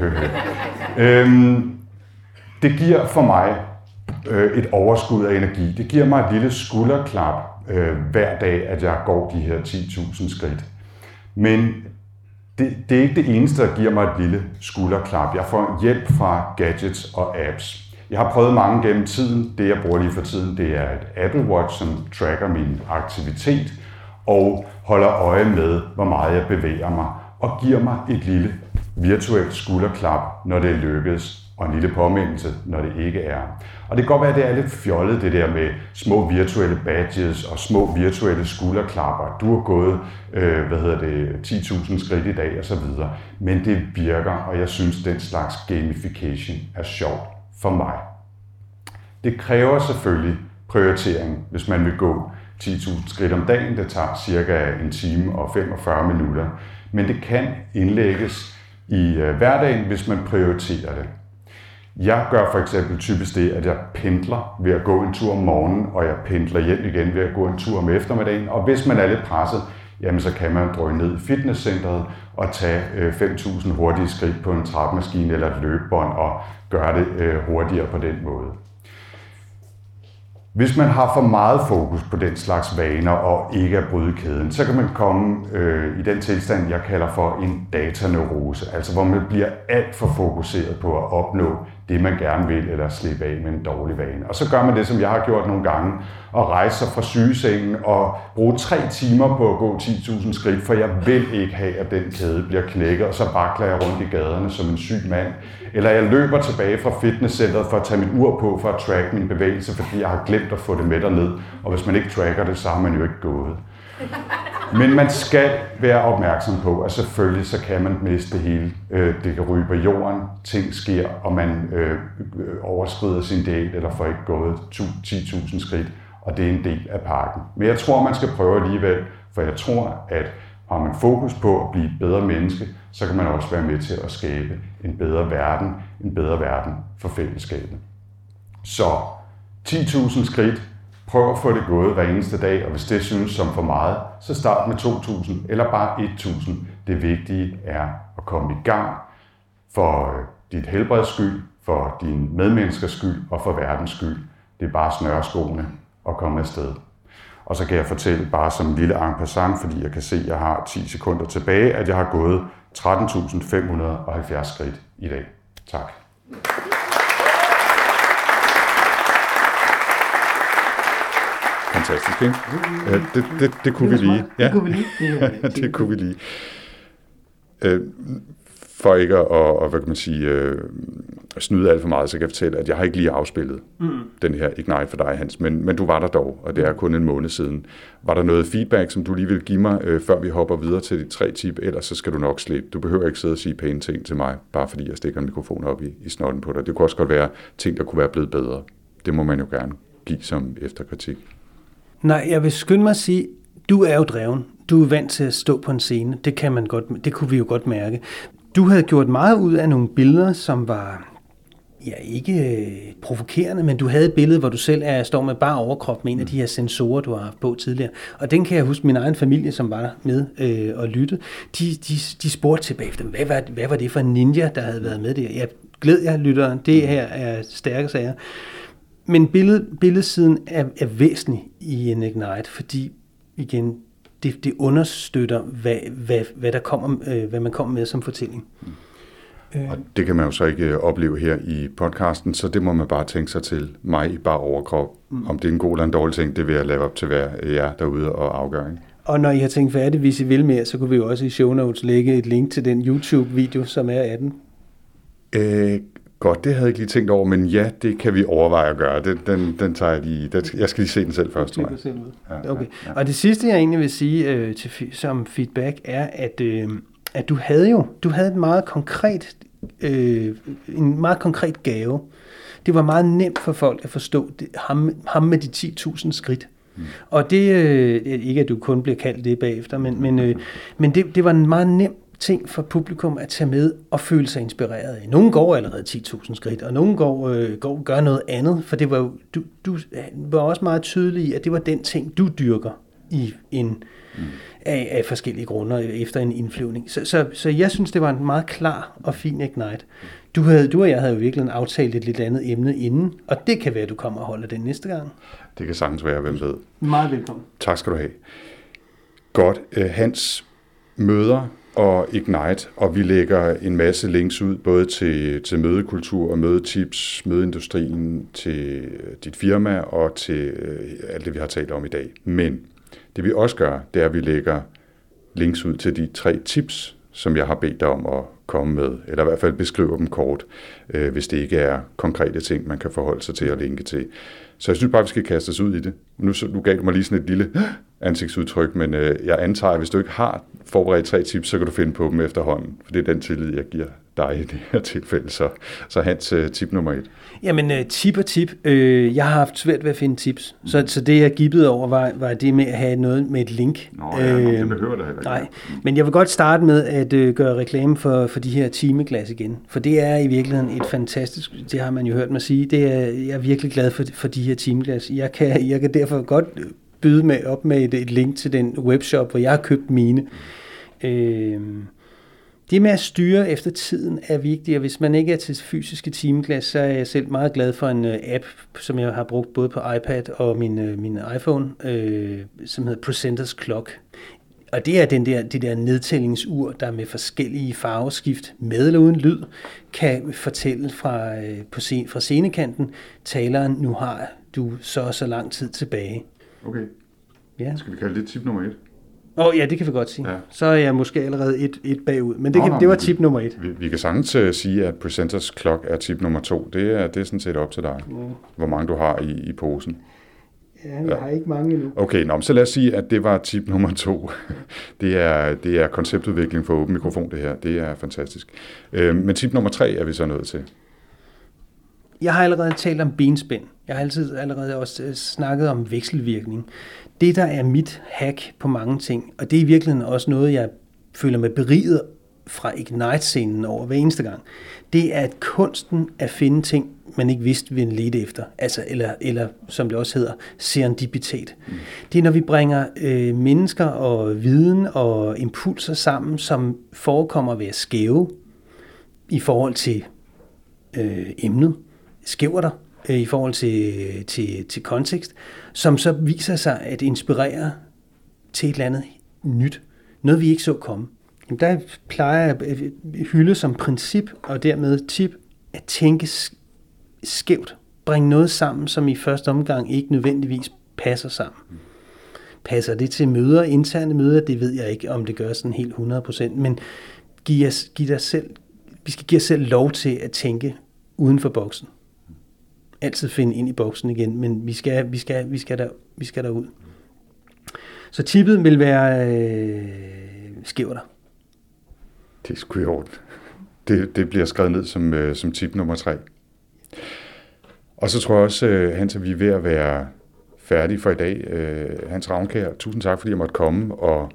Det giver for mig et overskud af energi. Det giver mig et lille skulderklap hver dag, at jeg går de her ti tusind skridt. Men det, det er ikke det eneste, der giver mig et lille skulderklap. Jeg får hjælp fra gadgets og apps. Jeg har prøvet mange gennem tiden. Det, jeg bruger lige for tiden, det er et Apple Watch, som tracker min aktivitet og holder øje med, hvor meget jeg bevæger mig, og giver mig et lille virtuelt skulderklap, når det lykkes, og en lille påmindelse, når det ikke er. Og det kan godt være, at det er lidt fjollet, det der med små virtuelle badges og små virtuelle skulderklapper. Du har gået øh, hvad hedder det, ti tusind skridt i dag og så videre. Men det virker, og jeg synes, den slags gamification er sjovt for mig. Det kræver selvfølgelig prioritering, hvis man vil gå ti tusind skridt om dagen. Det tager cirka en time og femogfyrre minutter. Men det kan indlægges i øh, hverdagen, hvis man prioriterer det. Jeg gør for eksempel typisk det, at jeg pendler ved at gå en tur om morgenen, og jeg pendler hjem igen ved at gå en tur om eftermiddagen. Og hvis man er lidt presset, jamen så kan man drøje ned i fitnesscentret og tage øh, fem tusind hurtige skridt på en trappemaskine eller et løbebånd og gøre det øh, hurtigere på den måde. Hvis man har for meget fokus på den slags vaner og ikke at bryde kæden, så kan man komme øh, i den tilstand, jeg kalder for en dataneurose, altså hvor man bliver alt for fokuseret på at opnå det, man gerne vil, eller slippe af med en dårlig vane. Og så gør man det, som jeg har gjort nogle gange, og rejse sig fra sygesengen og bruge tre timer på at gå ti tusind skridt, for jeg vil ikke have, at den kæde bliver knækket, og så vakler jeg rundt i gaderne som en syg mand. Eller jeg løber tilbage fra fitnesscenteret for at tage mit ur på for at tracke min bevægelse, fordi jeg har glemt at få det med derned. Og hvis man ikke tracker det, så har man jo ikke gået. Men man skal være opmærksom på, at selvfølgelig så kan man miste det hele. Det kan ryge på jorden, ting sker, og man øh, overskrider sin diæt eller får ikke gået ti tusind skridt, og det er en del af pakken. Men jeg tror, man skal prøve alligevel, for jeg tror, at har man fokus på at blive et bedre menneske, så kan man også være med til at skabe en bedre verden, en bedre verden for fællesskabet. Så ti tusind skridt, prøv at få det gået hver eneste dag, og hvis det synes som for meget, så start med to tusind eller bare et tusind. Det vigtige er at komme i gang for dit helbreds skyld, for dine medmenneskers skyld og for verdens skyld. Det er bare snøre skoene og komme afsted. Og så kan jeg fortælle bare som en lille en passant, fordi jeg kan se, at jeg har ti sekunder tilbage, at jeg har gået tretten tusind fem hundrede og halvfjerds skridt i dag. Tak. Fantastisk, ikke? Ja, det, det, det kunne vi lige. Ja. Det kunne vi lige. Det, det kunne vi lige. Øh, for ikke at, og, hvad kan man sige, øh, snyde alt for meget, så kan jeg fortælle, at jeg har ikke lige afspillet mm. den her Ignite for dig, Hans, men, men du var der dog, og det er kun en måned siden. Var der noget feedback, som du lige vil give mig, øh, før vi hopper videre til de tre tip, ellers så skal du nok slippe. Du behøver ikke sidde og sige pæne ting til mig, bare fordi jeg stikker en mikrofon op i, i snotten på dig. Det kunne også godt være ting, der kunne være blevet bedre. Det må man jo gerne give som efterkritik. Nej, jeg vil skynde mig at sige, du er jo dreven. Du er vant til at stå på en scene. Det kan man godt, det kunne vi jo godt mærke. Du havde gjort meget ud af nogle billeder, som var ja, ikke øh, provokerende, men du havde et billede, hvor du selv er, står med bare overkrop med en af de her sensorer, du har haft på tidligere. Og den kan jeg huske, min egen familie, som var der med øh, og lyttede, de, de, de spurgte tilbage efter, hvad var, hvad var det for en ninja, der havde været med der? Jeg glæder jer, lytteren, det her er stærke sager. Men billed, billedsiden er, er væsentlig i en Ignite, fordi igen, det, det understøtter, hvad, hvad, hvad, der kommer, øh, hvad man kommer med som fortælling. Mm. Og det kan man jo så ikke opleve her i podcasten, så det må man bare tænke sig til mig i bare overkrop. Mm. Om det er en god eller en dårlig ting, det vil jeg lade op til hver jer derude og afgøre. Ikke? Og når I har tænkt færdigt, hvis I vil mere, så kunne vi jo også i show notes lægge et link til den YouTube-video, som er af den. Øh, godt, det havde jeg ikke lige tænkt over, men ja, det kan vi overveje at gøre. Den, den, den tager jeg lige. Den, jeg skal lige se den selv først, tror jeg. Ja, okay. Ja, ja. Og det sidste, jeg egentlig vil sige øh, til, som feedback, er, at, øh, at du havde jo du havde et meget konkret, øh, en meget konkret gave. Det var meget nemt for folk at forstå det, ham, ham med de ti tusind skridt. Mm. Og det, øh, ikke at du kun bliver kaldt det bagefter, men, men, øh, men det, det var en meget nem ting for publikum at tage med og føle sig inspireret af. Nogle går allerede ti tusind skridt, og nogle går, øh, går gør noget andet, for det var jo, du, du var også meget tydelig i, at det var den ting, du dyrker i en, mm. af, af forskellige grunde efter en indflyvning. Så, så, så jeg synes, det var en meget klar og fin Ignite. Du, havde, du og jeg havde jo virkelig aftalt et lidt andet emne inden, og det kan være, at du kommer og holder den næste gang. Det kan sagtens være, hvem ved. Meget velkommen. Tak skal du have. Godt. Hans møder og Ignite, og vi lægger en masse links ud, både til, til mødekultur og mødetips, mødeindustrien, til dit firma og til alt det, vi har talt om i dag. Men det vi også gør, det er, at vi lægger links ud til de tre tips, som jeg har bedt dig om at komme med, eller i hvert fald beskrive dem kort, øh, hvis det ikke er konkrete ting, man kan forholde sig til at linke til. Så jeg synes bare, vi skal kaste os ud i det. Nu, nu gav du mig lige sådan et lille ansigtsudtryk, men øh, jeg antager, at hvis du ikke har forberedt tre tips, så kan du finde på dem efterhånden, for det er den tillid, jeg giver dig i det her tilfælde. Så, så Hans, uh, tip nummer et. Jamen, uh, tip og tip. Uh, jeg har haft svært ved at finde tips, mm. så, så det, jeg gibbede over, var, var det med at have noget med et link. Nå ja, uh, det behøver det heller ikke. Nej, men jeg vil godt starte med at uh, gøre reklame for, for de her timeglas igen, for det er i virkeligheden et fantastisk, det har man jo hørt mig sige, det er, jeg er virkelig glad for, for de her timeglas. Jeg kan, jeg kan derfor godt byde med op med et, et link til den webshop, hvor jeg har købt mine. Mm. Uh, Det med at styre efter tiden er vigtigt, og hvis man ikke er til fysiske timeglas, så er jeg selv meget glad for en uh, app, som jeg har brugt både på iPad og min, uh, min iPhone, uh, som hedder Presenters Clock. Og det er den der, det der nedtællingsur, der med forskellige farveskift, med eller uden lyd, kan fortælle fra, uh, på scen- fra scenekanten, taleren, nu har du så så lang tid tilbage. Okay. Ja. Skal vi kalde det tip nummer et? Åh oh, ja, det kan vi godt sige. Ja. Så er jeg måske allerede et, et bagud, men det, Nå, kan, nå, det var tip nummer et. Vi, vi kan sagtens uh, sige, at Presenters Clock er tip nummer to. Det er, det er sådan set op til dig, ja. Hvor mange du har i, i posen. Ja, jeg ja. har ikke mange endnu. Okay, nå, så lad os sige, at det var tip nummer to. Det er, det er konceptudvikling for åben mikrofon, det her. Det er fantastisk. Uh, men tip nummer tre er vi så nået til. Jeg har allerede talt om benspænd. Jeg har altid allerede også snakket om vekselvirkning. Det, der er mit hack på mange ting, og det er i virkeligheden også noget, jeg føler mig beriget fra Ignite-scenen over hver eneste gang, det er at kunsten at finde ting, man ikke vidste, vi ledte efter. Altså, eller, eller som det også hedder, serendipitet. Mm. Det er, når vi bringer øh, mennesker og viden og impulser sammen, som forekommer at være skæve i forhold til øh, emnet. Skæver der i forhold til, til, til kontekst, som så viser sig at inspirere til et eller andet nyt. Noget, vi ikke så komme. Jamen, der plejer jeg at hylde som princip, og dermed tip, at tænke skævt. Bringe noget sammen, som i første omgang ikke nødvendigvis passer sammen. Passer det til møder, interne møder, det ved jeg ikke, om det gør sådan helt hundrede procent, men giv os, giv dig selv, vi skal give os selv lov til at tænke uden for boksen. Altid finde ind i boksen igen, men vi skal, vi skal, vi skal, der, vi skal derud. Så tippet vil være øh, skæver der. Det er sgu i orden. Det, det bliver skrevet ned som, øh, som tip nummer tre. Og så tror jeg også, øh, Hans, at vi er ved at være færdige for i dag. Øh, Hans Ravnkjær, tusind tak, fordi jeg måtte komme og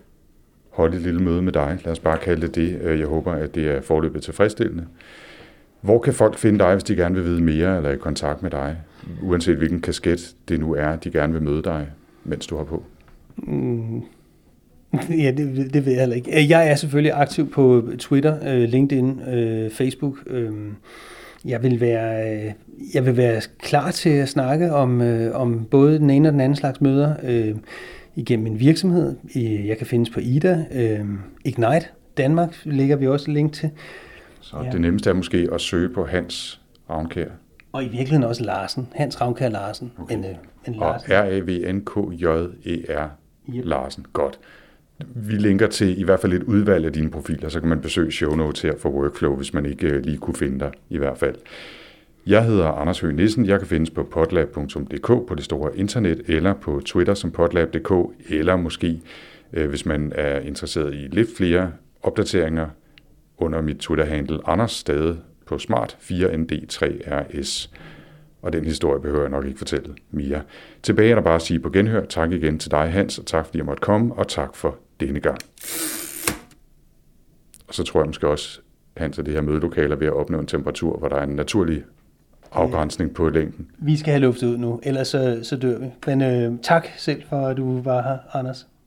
holde et lille møde med dig. Lad os bare kalde det det. Jeg håber, at det er forløbet tilfredsstillende. Hvor kan folk finde dig, hvis de gerne vil vide mere eller er i kontakt med dig? Uanset hvilken kasket det nu er, de gerne vil møde dig, mens du har på. Mm. Ja, det, det ved jeg heller ikke. Jeg er selvfølgelig aktiv på Twitter, LinkedIn, Facebook. Jeg vil være, jeg vil være klar til at snakke om, om både den ene og den anden slags møder igennem min virksomhed. Jeg kan findes på Ida. Ignite Danmark ligger vi også link til. Så ja. Det nemmeste er måske at søge på Hans Ravnkjær. Og i virkeligheden også Larsen. Hans Ravnkjær Larsen. Okay. En, en Larsen. Og R A V N K J E R yep. Larsen. Godt. Vi linker til i hvert fald et udvalg af dine profiler, så kan man besøge show notes her for Workflow, hvis man ikke lige kunne finde dig i hvert fald. Jeg hedder Anders Høgh Nissen. Jeg kan findes på potlab punktum d k på det store internet, eller på Twitter som potlab punktum d k, eller måske, hvis man er interesseret i lidt flere opdateringer, under mit Twitter-handle Anders Stade på smart fire N D tre R S. Og den historie behøver jeg nok ikke fortælle mere. Tilbage er der bare at sige på genhør. Tak igen til dig, Hans, og tak fordi jeg måtte komme, og tak for denne gang. Og så tror jeg måske også, Hans, at det her mødelokale er ved at opnå en temperatur, hvor der er en naturlig afgrænsning på længden. Vi skal have luftet ud nu, ellers så, så dør vi. Men øh, tak selv for, at du var her, Anders.